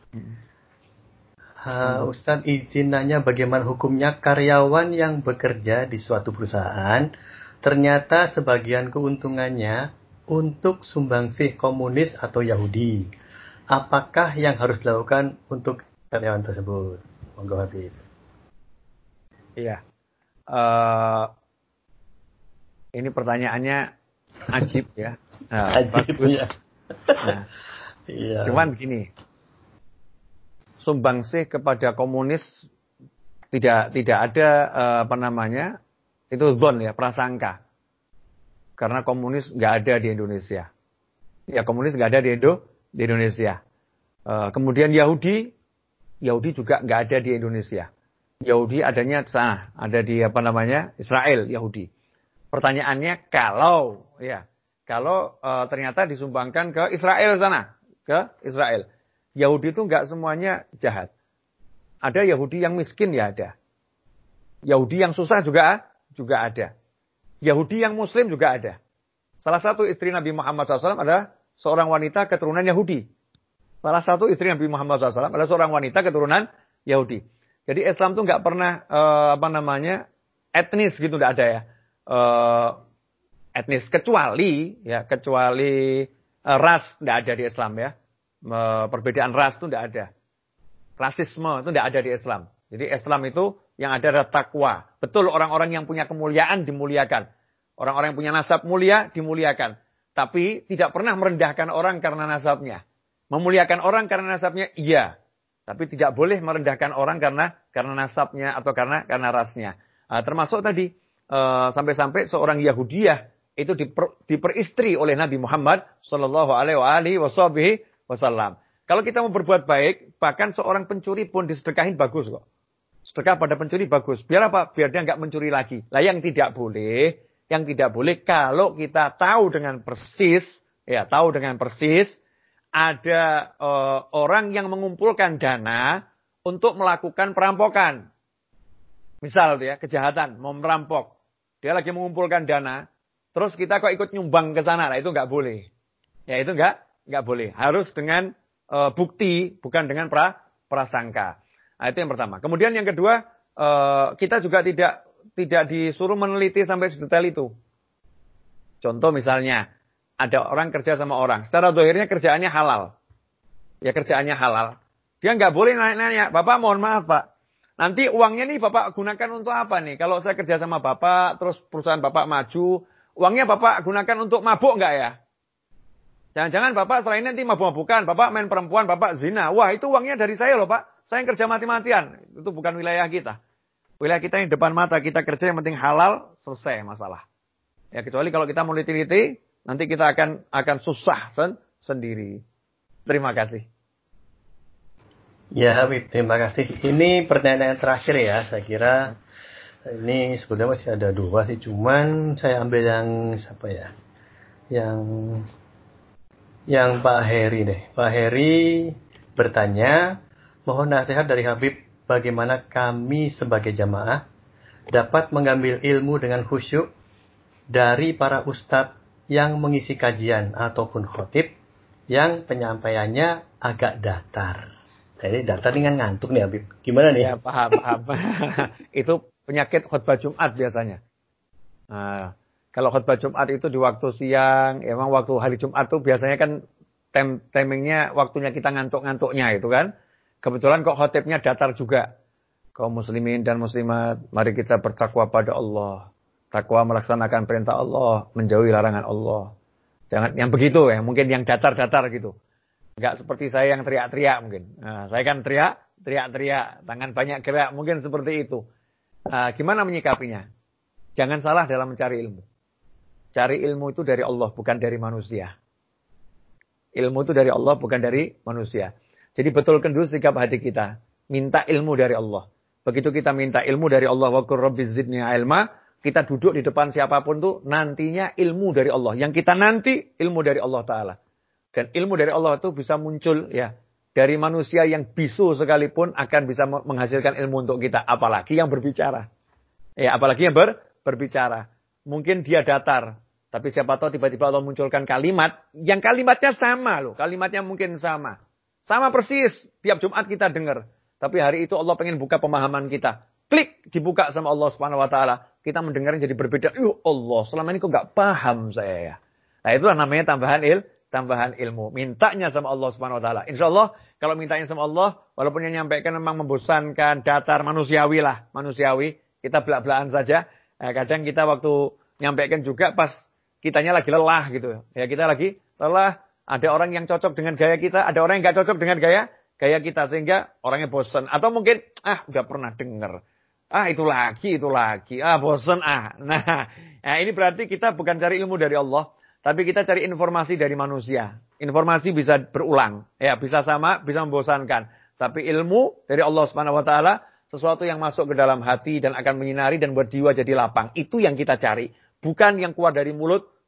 Ustadz izin nanya bagaimana hukumnya karyawan yang bekerja di suatu perusahaan, ternyata sebagian keuntungannya untuk sumbangsih komunis atau Yahudi. Apakah yang harus dilakukan untuk karyawan tersebut? Monggo Habib. Iya. Ini pertanyaannya ajib ya. Ajib ya. Nah, iya. Cuman begini. Sumbangsih kepada komunis tidak ada itu dzon ya, prasangka. Karena komunis nggak ada di Indonesia. Ya komunis nggak ada di Indonesia. Kemudian Yahudi juga nggak ada di Indonesia. Yahudi adanya di sana, ada di Israel Yahudi. Pertanyaannya kalau kalau ternyata disumbangkan ke Israel sana, ke Israel. Yahudi itu nggak semuanya jahat. Ada Yahudi yang miskin ya ada. Yahudi yang susah juga ada. Yahudi yang Muslim juga ada. Salah satu istri Nabi Muhammad SAW adalah seorang wanita keturunan Yahudi. Salah satu istri Nabi Muhammad SAW adalah seorang wanita keturunan Yahudi. Jadi Islam tuh nggak pernah etnis gitu, nggak ada ya. Etnis kecuali ras nggak ada di Islam ya. Perbedaan ras itu nggak ada. Rasisme itu nggak ada di Islam. Jadi Islam itu yang ada adalah takwa. Betul, orang-orang yang punya kemuliaan dimuliakan. Orang-orang yang punya nasab mulia dimuliakan. Tapi tidak pernah merendahkan orang karena nasabnya. Memuliakan orang karena nasabnya, iya. Tapi tidak boleh merendahkan orang karena nasabnya atau karena rasnya. Termasuk tadi, sampai-sampai seorang Yahudiyah itu diperistri oleh Nabi Muhammad Sallallahu Alaihi Wasallam. Kalau kita mau berbuat baik, bahkan seorang pencuri pun disedekahin bagus kok. Sedekah pada pencuri bagus. Biar apa? Biar dia nggak mencuri lagi. Lah yang tidak boleh kalau kita tahu dengan persis ada orang yang mengumpulkan dana untuk melakukan perampokan. Misal ya, kejahatan, mau merampok. Dia lagi mengumpulkan dana, terus kita kok ikut nyumbang ke sana. Nah, itu nggak boleh. Ya, itu nggak boleh. Harus dengan bukti, bukan dengan prasangka. Nah, itu yang pertama. Kemudian yang kedua, kita juga tidak disuruh meneliti sampai sedetail itu. Contoh misalnya, ada orang kerja sama orang. Secara zahirnya kerjaannya halal. Ya, kerjaannya halal. Dia nggak boleh nanya, Bapak mohon maaf Pak. Nanti uangnya nih Bapak gunakan untuk apa nih? Kalau saya kerja sama Bapak, terus perusahaan Bapak maju, uangnya Bapak gunakan untuk mabuk nggak ya? Jangan-jangan Bapak selain nanti mabuk-mabukan, Bapak main perempuan, Bapak zina. Wah, itu uangnya dari saya loh Pak. Saya yang kerja mati-matian. Itu bukan wilayah kita. Wilayah kita yang depan mata. Kita kerja yang penting halal, selesai masalah. Ya, kecuali kalau kita mau teliti, nanti kita akan susah sendiri. Terima kasih. Ya Habib, terima kasih. Ini pertanyaan yang terakhir ya. Saya kira ini sebetulnya masih ada 2 sih. Cuman saya ambil yang siapa ya? Yang Pak Heri deh. Pak Heri bertanya, mohon nasihat dari Habib bagaimana kami sebagai jamaah dapat mengambil ilmu dengan khusyuk dari para ustadz yang mengisi kajian ataupun khotib yang penyampaiannya agak datar. Jadi datar ini kan ngantuk nih Habib. Gimana nih? Ya, paham. Itu penyakit khutbah Jumat biasanya. Nah, kalau khutbah Jumat itu di waktu siang, emang waktu hari Jumat tuh biasanya kan timingnya waktunya kita ngantuk-ngantuknya itu kan. Kebetulan kok khotibnya datar juga. Kaum muslimin dan muslimat, mari kita bertakwa pada Allah. Takwa melaksanakan perintah Allah, menjauhi larangan Allah. Jangan yang begitu ya, mungkin yang datar-datar gitu. Enggak seperti saya yang teriak-teriak mungkin. Nah, saya kan teriak-teriak, tangan banyak gerak, mungkin seperti itu. Gimana menyikapinya? Jangan salah dalam mencari ilmu. Cari ilmu itu dari Allah, bukan dari manusia. Ilmu itu dari Allah, bukan dari manusia. Jadi betulkan dulu sikap hati kita. Minta ilmu dari Allah. Begitu kita minta ilmu dari Allah, wa qur rabbi zidni ilma, kita duduk di depan siapapun tuh nantinya ilmu dari Allah. Yang kita nanti ilmu dari Allah Ta'ala. Dan ilmu dari Allah itu bisa muncul ya dari manusia yang bisu sekalipun akan bisa menghasilkan ilmu untuk kita. Apalagi yang berbicara. Ya, apalagi yang berbicara. Mungkin dia datar. Tapi siapa tahu tiba-tiba Allah munculkan kalimat. Yang kalimatnya sama loh. Kalimatnya mungkin sama. Sama persis. Tiap Jumat kita dengar. Tapi hari itu Allah pengen buka pemahaman kita. Klik dibuka sama Allah Subhanahu Wa Taala. Kita mendengarnya jadi berbeda. Allah, selama ini kok nggak paham saya ya. Nah itulah namanya tambahan ilmu. Mintanya sama Allah Subhanahu Wa Taala. Insya Allah kalau mintanya sama Allah, walaupun yang nyampaikan memang membosankan, datar, manusiawi lah, manusiawi. Kita belak-belakan saja. Kadang kita waktu nyampaikan juga pas kitanya lagi lelah gitu. Ya kita lagi lelah. Ada orang yang cocok dengan gaya kita, ada orang yang nggak cocok dengan gaya kita sehingga orangnya bosan. Atau mungkin udah pernah dengar. Itu lagi. Bosan. Nah, ini berarti kita bukan cari ilmu dari Allah. Tapi kita cari informasi dari manusia. Informasi bisa berulang. Ya, bisa sama, bisa membosankan. Tapi ilmu dari Allah Subhanahu Wa Taala, sesuatu yang masuk ke dalam hati dan akan menyinari dan buat jiwa jadi lapang. Itu yang kita cari. Bukan yang keluar dari mulut,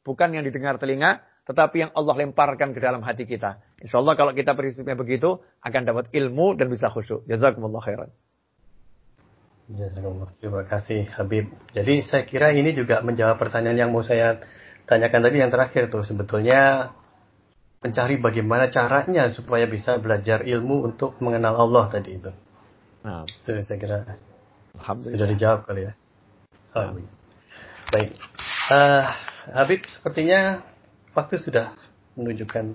bukan yang didengar telinga, tetapi yang Allah lemparkan ke dalam hati kita. Insya Allah kalau kita prinsipnya begitu, akan dapat ilmu dan bisa khusyuk. Jazakumullah khairan. Jazakumullah. Terima kasih Habib. Jadi saya kira ini juga menjawab pertanyaan yang mau saya tanyakan tadi yang terakhir tuh. Sebetulnya mencari bagaimana caranya supaya bisa belajar ilmu untuk mengenal Allah tadi itu. Nah, Itu saya kira alhamdulillah. sudah dijawab kali ya. Baik. Habib, sepertinya waktu sudah menunjukkan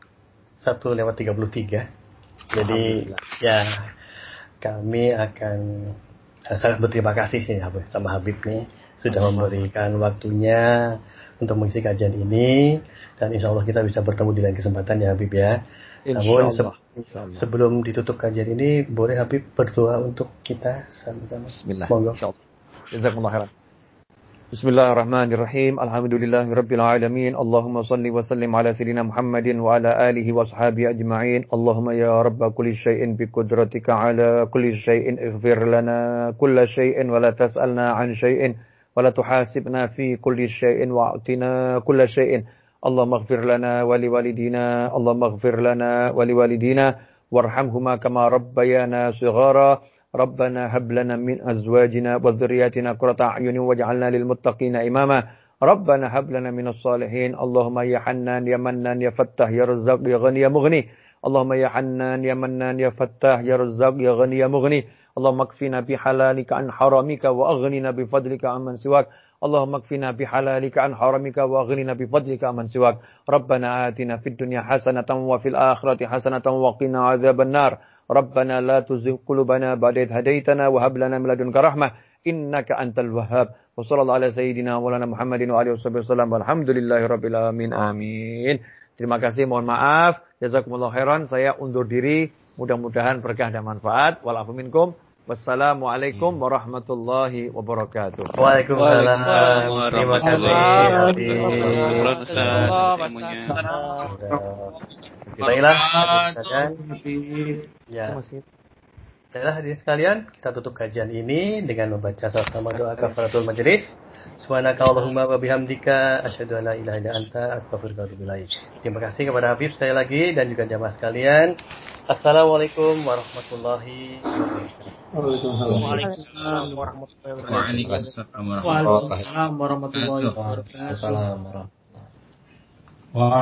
1:33. Jadi ya kami akan sangat berterima kasih sih sama Habib nih sudah memberikan waktunya untuk mengisi kajian ini, dan insya Allah kita bisa bertemu di lain kesempatan ya Habib ya. Namun sebelum ditutup kajian ini, boleh Habib berdoa untuk kita sama-sama. Bismillah. Monggo. Jazakumullah khairan. Bismillahirrahmanirrahim. Alhamdulillahirabbil alamin. Allahumma shalli wa sallim ala sayyidina Muhammadin wa ala alihi wa sahbihi ajma'in. Allahumma ya rabb kulli syai'in bi qudratika ala kulli syai'in ighfir lana kulla syai'in wa la tas'alna an syai'in wa la tuhasibna fi kulli syai'in wa a'tina kulla syai'in. Allahumma ighfir lana wa liwalidina. Allahumma ighfir lana wa liwalidina warhamhuma kama rabbayana shighara. ربنا هب لنا من أزواجنا وذرياتنا قرة أعين واجعلنا للمتقين إماما ربنا هب لنا من الصالحين اللهم يا حنان يا منان يا فتاح يا رزاق يا غني يا مغني اللهم يا حنان يا منان يا فتاح يا رزاق يا غني يا مغني اللهم اكفنا بحلالك عن حرامك وأغننا بفضلك عمن سواك اللهم اكفنا بحلالك عن حرامك وأغننا بفضلك عمن سواك ربنا آتنا في الدنيا حسنة وفي الآخرة حسنة وقنا عذاب النار ربنا لا تزغ قلوبنا بعد إذ هديتنا وهب لنا من لدنك رحمة إنك أنت الوهاب وصلى الله على سيدنا مولانا محمد وعلى آله وسلم walhamdulillahirabbil alamin amin. Terima kasih, mohon maaf. Jazakumullah khairan. Saya undur diri. Mudah-mudahan berkah dan manfaat. Wal afu minkum. Wassalamualaikum warahmatullahi wabarakatuh. Waalaikumsalam. Terima kasih. Baiklah, ya. Baiklah hadirin sekalian, kita tutup kajian ini dengan membaca sama doa kafaratul majelis. Subhanakallahumma wa bihamdika asyhadu an la ilaha illa anta astaghfiruka wa atubu ilaik. Terima kasih kepada Habib sekali lagi dan juga jamaah sekalian. Assalamualaikum warahmatullahi wabarakatuh. Waalaikumsalam warahmatullahi wabarakatuh.